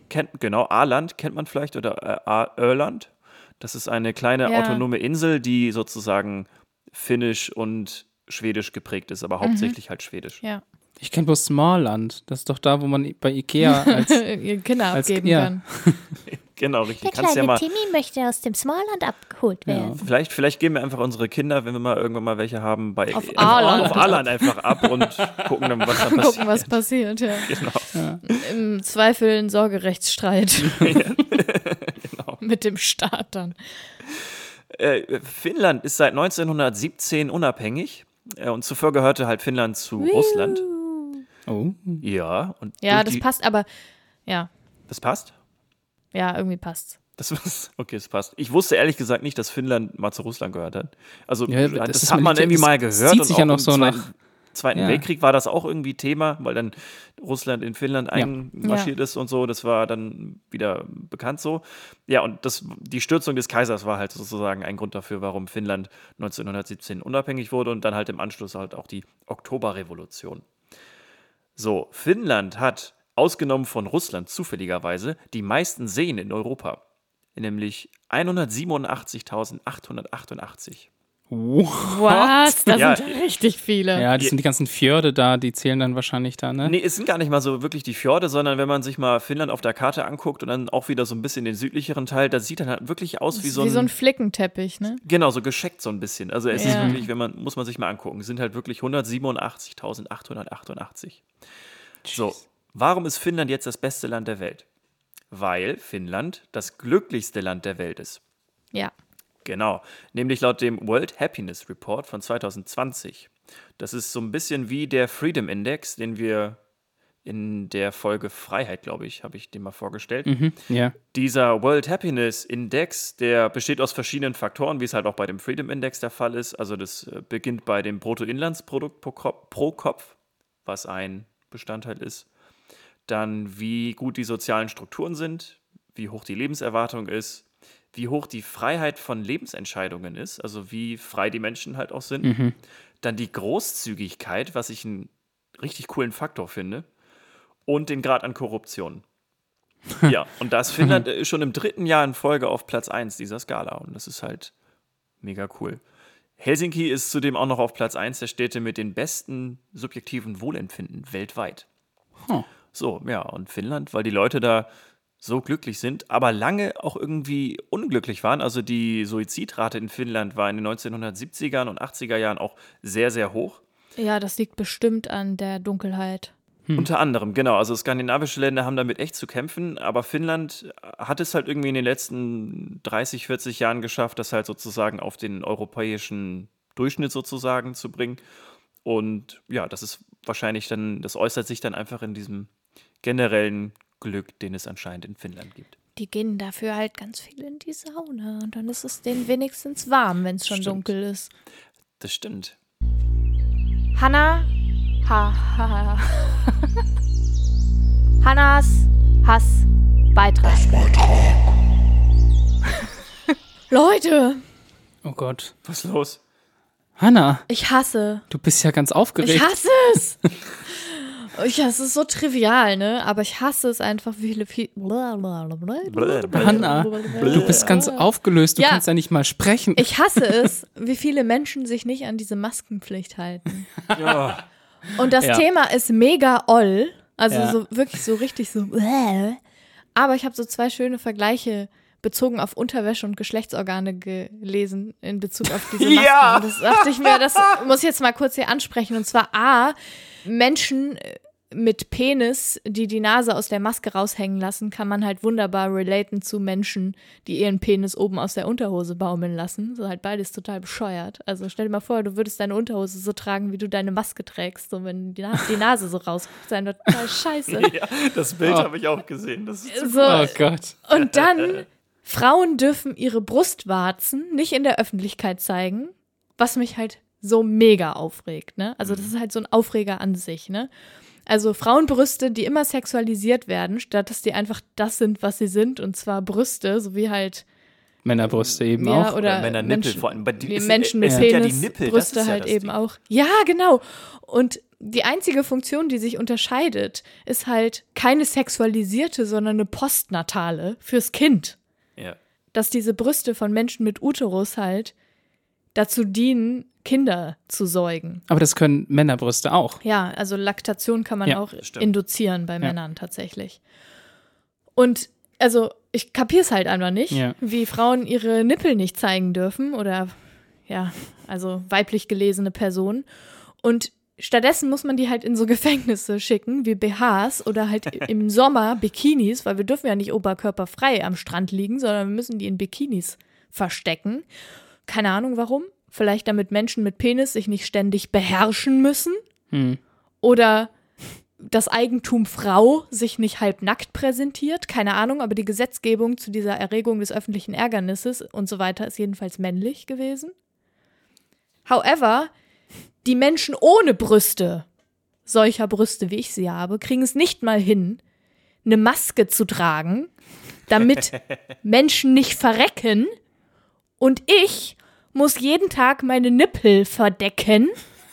kennt man vielleicht oder Öland. Das ist eine kleine autonome Insel, die sozusagen finnisch und schwedisch geprägt ist, aber hauptsächlich halt schwedisch. Ja. Ich kenne bloß Smallland. Das ist doch da, wo man bei Ikea als Kinder abgeben kann. Genau, richtig. Der kleine Timmy möchte aus dem Smallland abgeholt werden. Ja. Vielleicht geben wir einfach unsere Kinder, wenn wir mal irgendwann mal welche haben, auf Åland einfach ab und gucken dann, was da passiert. Gucken, was passiert, ja. Genau. Ja. Im Zweifel ein Sorgerechtsstreit. Genau. Mit dem Staat dann. Finnland ist seit 1917 unabhängig und zuvor gehörte halt Finnland zu Russland. Oh. Ja. Das passt, aber ja. Das passt? Ja, irgendwie passt's. Das passt. Ich wusste ehrlich gesagt nicht, dass Finnland mal zu Russland gehört hat. Also das hat man irgendwie mal gehört. Zieht sich ja noch so nach Zweiten Weltkrieg war das auch irgendwie Thema, weil dann Russland in Finnland einmarschiert ist und so. Das war dann wieder bekannt so. Ja, und die Stürzung des Kaisers war halt sozusagen ein Grund dafür, warum Finnland 1917 unabhängig wurde und dann halt im Anschluss halt auch die Oktoberrevolution. So, Finnland hat, ausgenommen von Russland zufälligerweise, die meisten Seen in Europa. Nämlich 187.888. Was? Das sind richtig viele. Ja, das sind die ganzen Fjorde da, die zählen dann wahrscheinlich da, ne? Nee, es sind gar nicht mal so wirklich die Fjorde, sondern wenn man sich mal Finnland auf der Karte anguckt und dann auch wieder so ein bisschen den südlicheren Teil, das sieht dann halt wirklich aus wie so ein Flickenteppich, ne? Genau, so gescheckt so ein bisschen. Also es ist wirklich, muss man sich mal angucken, es sind halt wirklich 187.888. So, warum ist Finnland jetzt das beste Land der Welt? Weil Finnland das glücklichste Land der Welt ist. Ja. Genau, nämlich laut dem World Happiness Report von 2020. Das ist so ein bisschen wie der Freedom Index, den wir in der Folge Freiheit, glaube ich, habe ich den mal vorgestellt. Ja. Dieser World Happiness Index, der besteht aus verschiedenen Faktoren, wie es halt auch bei dem Freedom Index der Fall ist. Also das beginnt bei dem Bruttoinlandsprodukt pro Kopf, was ein Bestandteil ist. Dann, wie gut die sozialen Strukturen sind, wie hoch die Lebenserwartung ist, wie hoch die Freiheit von Lebensentscheidungen ist, also wie frei die Menschen halt auch sind. Dann die Großzügigkeit, was ich einen richtig coolen Faktor finde. Und den Grad an Korruption. Ja, und da ist Finnland schon im 3. Jahr in Folge auf Platz 1 dieser Skala. Und das ist halt mega cool. Helsinki ist zudem auch noch auf Platz 1 der Städte mit den besten subjektiven Wohlempfinden weltweit. So, ja, und Finnland, weil die Leute da so glücklich sind, aber lange auch irgendwie unglücklich waren. Also die Suizidrate in Finnland war in den 1970er und 80er Jahren auch sehr, sehr hoch. Ja, das liegt bestimmt an der Dunkelheit. Unter anderem, genau. Also skandinavische Länder haben damit echt zu kämpfen, aber Finnland hat es halt irgendwie in den letzten 30, 40 Jahren geschafft, das halt sozusagen auf den europäischen Durchschnitt sozusagen zu bringen. Und ja, das ist wahrscheinlich dann, das äußert sich dann einfach in diesem generellen Glück, den es anscheinend in Finnland gibt. Die gehen dafür halt ganz viel in die Sauna und dann ist es denen wenigstens warm, wenn es schon dunkel ist. Das stimmt. Hannas Hassbeitrag. Leute, Oh Gott. Was ist los? Hanna. Ich hasse. Du bist ja ganz aufgeregt. Ich hasse es. Es ist so trivial, ne? Aber ich hasse es einfach, wie viele... Hanna, du bist ganz aufgelöst. Du kannst ja nicht mal sprechen. Ich hasse es, wie viele Menschen sich nicht an diese Maskenpflicht halten. Ja. Und das Thema ist mega oll. Also so wirklich so richtig so... Aber ich habe so 2 schöne Vergleiche bezogen auf Unterwäsche und Geschlechtsorgane gelesen in Bezug auf diese Masken. Ja. Und das dachte ich mir, das muss ich jetzt mal kurz hier ansprechen. Und zwar Menschen mit Penis, die die Nase aus der Maske raushängen lassen, kann man halt wunderbar relaten zu Menschen, die ihren Penis oben aus der Unterhose baumeln lassen. So halt beides total bescheuert. Also stell dir mal vor, du würdest deine Unterhose so tragen, wie du deine Maske trägst, so wenn die Nase so rausguckt, sein wird total scheiße. Ja, das Bild habe ich auch gesehen. Das ist So, oh Gott. und dann, Frauen dürfen ihre Brustwarzen nicht in der Öffentlichkeit zeigen, was mich halt so mega aufregt, ne? Also das ist halt so ein Aufreger an sich, ne? Also Frauenbrüste, die immer sexualisiert werden, statt dass die einfach das sind, was sie sind, und zwar Brüste, sowie halt Männerbrüste eben auch. Oder Männernippel vor allem. Menschen mit Penis, Brüste halt eben auch. Ja, genau. Und die einzige Funktion, die sich unterscheidet, ist halt keine sexualisierte, sondern eine postnatale fürs Kind. Ja. Dass diese Brüste von Menschen mit Uterus halt dazu dienen, Kinder zu säugen. Aber das können Männerbrüste auch. Ja, also Laktation kann man auch stimmt. induzieren bei Männern tatsächlich. Und also ich kapier's halt einfach nicht, wie Frauen ihre Nippel nicht zeigen dürfen oder also weiblich gelesene Personen. Und stattdessen muss man die halt in so Gefängnisse schicken, wie BHs oder halt im Sommer Bikinis, weil wir dürfen ja nicht oberkörperfrei am Strand liegen, sondern wir müssen die in Bikinis verstecken. Keine Ahnung warum. Vielleicht damit Menschen mit Penis sich nicht ständig beherrschen müssen. Oder das Eigentum Frau sich nicht halbnackt präsentiert. Keine Ahnung, aber die Gesetzgebung zu dieser Erregung des öffentlichen Ärgernisses und so weiter ist jedenfalls männlich gewesen. However, die Menschen ohne Brüste, solcher Brüste wie ich sie habe, kriegen es nicht mal hin, eine Maske zu tragen, damit Menschen nicht verrecken. Und ich muss jeden Tag meine Nippel verdecken.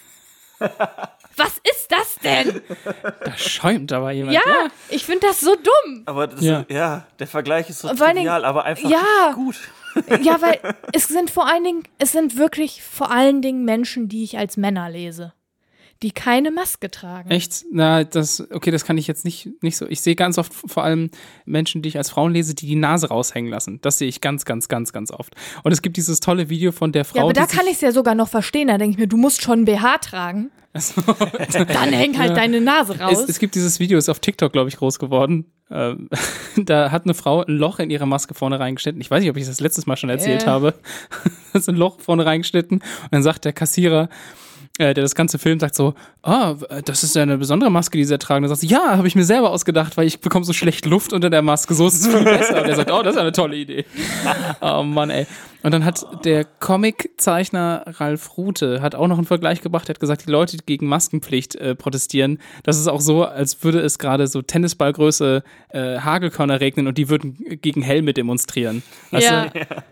Was ist das denn? Da schäumt aber jemand. Ja, ich finde das so dumm. Aber das der Vergleich ist so Vor trivial, aber einfach gut. Ja, weil es sind wirklich vor allen Dingen Menschen, die ich als Männer lese, die keine Maske tragen. Echt? Na, das kann ich jetzt nicht so. Ich sehe ganz oft vor allem Menschen, die ich als Frauen lese, die Nase raushängen lassen. Das sehe ich ganz, ganz, ganz, ganz oft. Und es gibt dieses tolle Video von der Frau, ja, aber da kann ich es ja sogar noch verstehen. Da denke ich mir, du musst schon ein BH tragen. Also, dann hängt halt deine Nase raus. Es gibt dieses Video, ist auf TikTok, glaube ich, groß geworden. Da hat eine Frau ein Loch in ihre Maske vorne reingeschnitten. Ich weiß nicht, ob ich das letztes Mal schon erzählt habe. Da ist ein Loch vorne reingeschnitten und dann sagt der Kassierer, der das ganze Film sagt so, das ist ja eine besondere Maske, die sie ertragen. Dann sagt sie, ja, habe ich mir selber ausgedacht, weil ich bekomme so schlecht Luft unter der Maske, so ist es viel besser. Und er sagt, das ist eine tolle Idee. Oh Mann, ey. Und dann hat der Comiczeichner Ralf Rute hat auch noch einen Vergleich gebracht, er hat gesagt, die Leute, die gegen Maskenpflicht protestieren, das ist auch so, als würde es gerade so Tennisballgröße Hagelkörner regnen und die würden gegen Helme demonstrieren. Weißt du?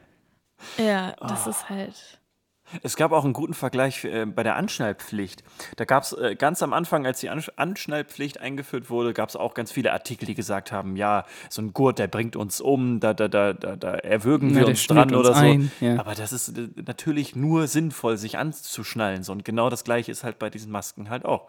Ja, das ist halt... Es gab auch einen guten Vergleich bei der Anschnallpflicht. Da gab es ganz am Anfang, als die Anschnallpflicht eingeführt wurde, gab es auch ganz viele Artikel, die gesagt haben, ja, so ein Gurt, der bringt uns um, da erwürgen wir uns dran oder so. Ja. Aber das ist natürlich nur sinnvoll, sich anzuschnallen. So. Und genau das Gleiche ist halt bei diesen Masken halt auch.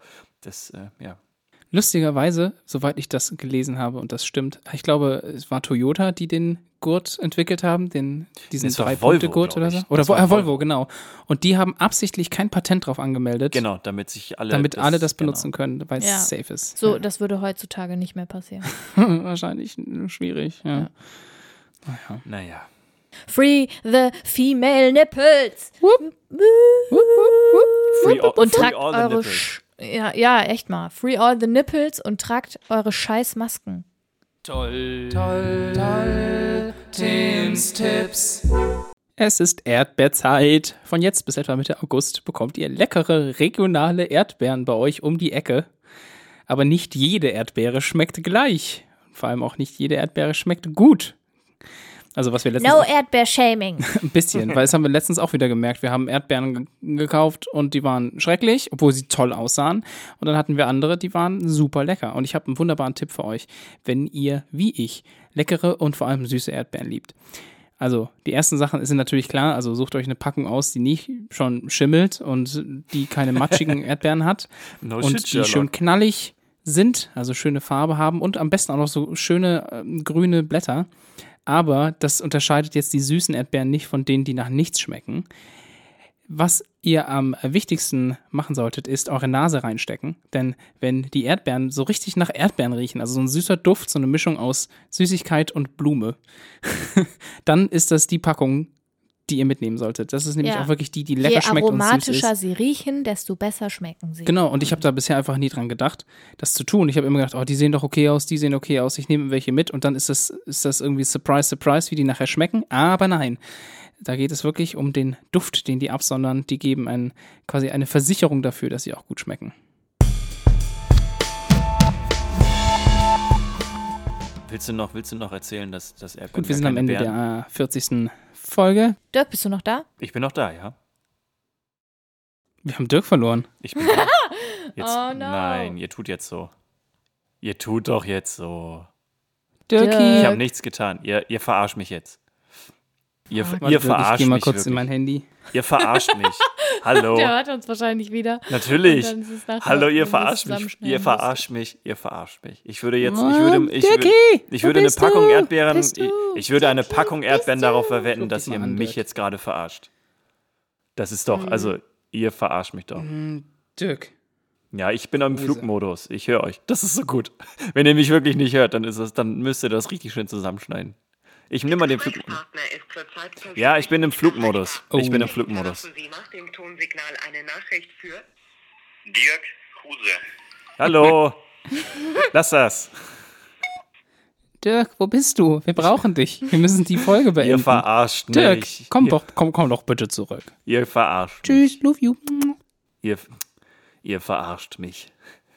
Lustigerweise, soweit ich das gelesen habe und das stimmt, ich glaube, es war Toyota, die den Gurt entwickelt haben, diesen 3-Punkte-Gurt oder so. Oder Volvo, genau. Und die haben absichtlich kein Patent drauf angemeldet. Genau, damit alle das benutzen können, weil es safe ist. So, das würde heutzutage nicht mehr passieren. Wahrscheinlich schwierig, ja. Naja. Free the female nipples. Und tragt eure Ja, echt mal. Free all the nipples und tragt eure scheiß Masken. Toll. Tims Tipps. Es ist Erdbeerzeit. Von jetzt bis etwa Mitte August bekommt ihr leckere regionale Erdbeeren bei euch um die Ecke. Aber nicht jede Erdbeere schmeckt gleich. Vor allem auch nicht jede Erdbeere schmeckt gut. Also was wir letztens No Erdbeer-Shaming. ein bisschen, weil das haben wir letztens auch wieder gemerkt. Wir haben Erdbeeren gekauft und die waren schrecklich, obwohl sie toll aussahen. Und dann hatten wir andere, die waren super lecker. Und ich habe einen wunderbaren Tipp für euch, wenn ihr, wie ich, leckere und vor allem süße Erdbeeren liebt. Also die ersten Sachen sind natürlich klar, also sucht euch eine Packung aus, die nicht schon schimmelt und die keine matschigen Erdbeeren hat und die schön knallig sind, also schöne Farbe haben und am besten auch noch so schöne grüne Blätter. Aber das unterscheidet jetzt die süßen Erdbeeren nicht von denen, die nach nichts schmecken. Was ihr am wichtigsten machen solltet, ist eure Nase reinstecken. Denn wenn die Erdbeeren so richtig nach Erdbeeren riechen, also so ein süßer Duft, so eine Mischung aus Süßigkeit und Blume, dann ist das die Packung, die ihr mitnehmen solltet. Das ist nämlich auch wirklich die lecker schmeckt und süß ist. Je aromatischer sie riechen, desto besser schmecken sie. Genau, und ich habe da bisher einfach nie dran gedacht, das zu tun. Ich habe immer gedacht, oh, die sehen doch okay aus, die sehen okay aus, ich nehme welche mit und dann ist das irgendwie Surprise, Surprise, wie die nachher schmecken. Aber nein, da geht es wirklich um den Duft, den die absondern. Die geben quasi eine Versicherung dafür, dass sie auch gut schmecken. Willst du noch erzählen, dass Erdbeeren Gut, wir sind am Ende der 40. Folge. Dirk, bist du noch da? Ich bin noch da, ja. Wir haben Dirk verloren. Ich bin da. Jetzt, Oh no. Nein, ihr tut jetzt so. Ihr tut doch jetzt so. Dirki. Ich habe nichts getan. Ihr verarscht mich jetzt. Ihr verarscht ich geh mal mich kurz wirklich. in mein Handy. Ihr verarscht mich. Hallo. Der hört uns wahrscheinlich wieder. Natürlich. Und dann ist es nachher, Hallo, ihr wenn wir verarscht mich. zusammenschneiden Ihr müssen. verarscht mich. Ihr verarscht mich. Ich würde jetzt, Dirki, ich wo würde eine bist Packung du? Erdbeeren, Bist du? ich würde eine Packung Erdbeeren darauf verwetten, Guck dass dich mal ihr an, mich Dirk. jetzt gerade verarscht. Das ist doch, also, ihr verarscht mich doch. Dirk. Ja, ich bin im Flugmodus. Ich höre euch. Das ist so gut. Wenn ihr mich wirklich nicht hört, dann müsst ihr das richtig schön zusammenschneiden. Ich nehme mal den Flugmodus. Ja, ich bin im Flugmodus. Ich bin im Flugmodus. Sie nach dem Tonsignal eine Nachricht für Dirk Kruse. Hallo. Lass das. Dirk, wo bist du? Wir brauchen dich. Wir müssen die Folge beenden. Ihr verarscht mich. Dirk, komm doch bitte zurück. Ihr verarscht mich. Tschüss, love you. Ihr verarscht mich.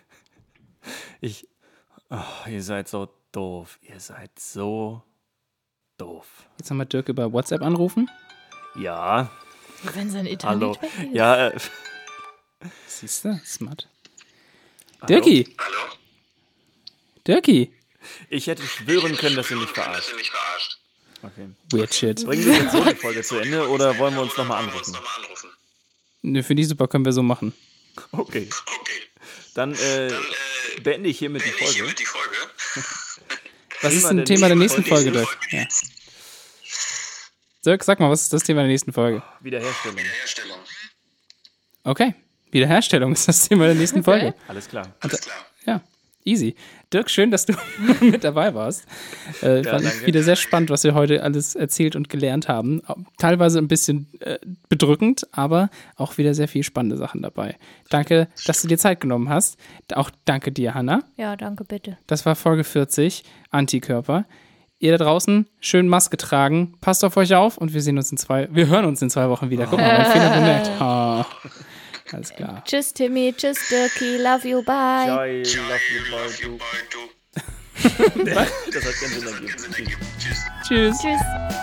Ihr seid so doof. Ihr seid so doof. Jetzt haben wir Dirk über WhatsApp anrufen. Ja. Wenn sein Internet Hallo. weg ist. Ja. Siehst du? Smart. Dirki. Hallo? Dirki. Ich hätte schwören können, dass ihr mich verarscht. Okay. Weird shit. Bringen wir jetzt so die Folge zu Ende oder wollen wir uns nochmal anrufen? Ne, finde ich super, können wir so machen. Okay. Dann beende ich hiermit die Folge. Was ist ein Thema der nächsten Folge, Dirk? Ja. Dirk, sag mal, was ist das Thema der nächsten Folge? Wiederherstellung. Okay, Wiederherstellung ist das Thema der nächsten Folge. Alles klar. Ja, easy. Dirk, schön, dass du mit dabei warst. Fand ich danke. wieder sehr spannend, was wir heute alles erzählt und gelernt haben. Teilweise ein bisschen bedrückend, aber auch wieder sehr viel spannende Sachen dabei. Danke, dass du dir Zeit genommen hast. Auch danke dir, Hannah. Ja, danke, bitte. Das war Folge 40, Antikörper. Ihr da draußen, schön Maske tragen, passt auf euch auf und wir hören uns in 2 Wochen wieder. Guck mal, mein Fehler bemerkt. Oh, alles klar. Tschüss, Timmy. Tschüss, Dirkie. Love you. Bye. Joy, love you, bye, du. Das hat keinen Sinn ergeben. Tschüss. Tschüss.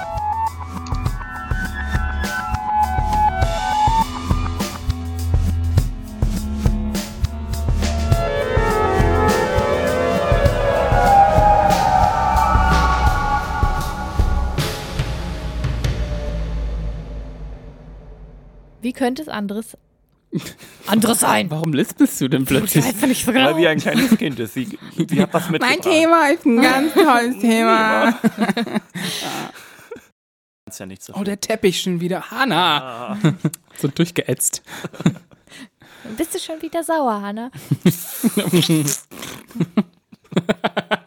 Wie könnte es anderes sein? Warum lispelst du denn plötzlich? Einfach nicht so Weil genau. wie ein kleines Kind ist. Sie hat was mitgebracht. Mein Thema ist ein ganz tolles Thema. Ist ja nichts Oh, der Teppich schon wieder. Hannah. So durchgeätzt. Bist du schon wieder sauer, Hannah?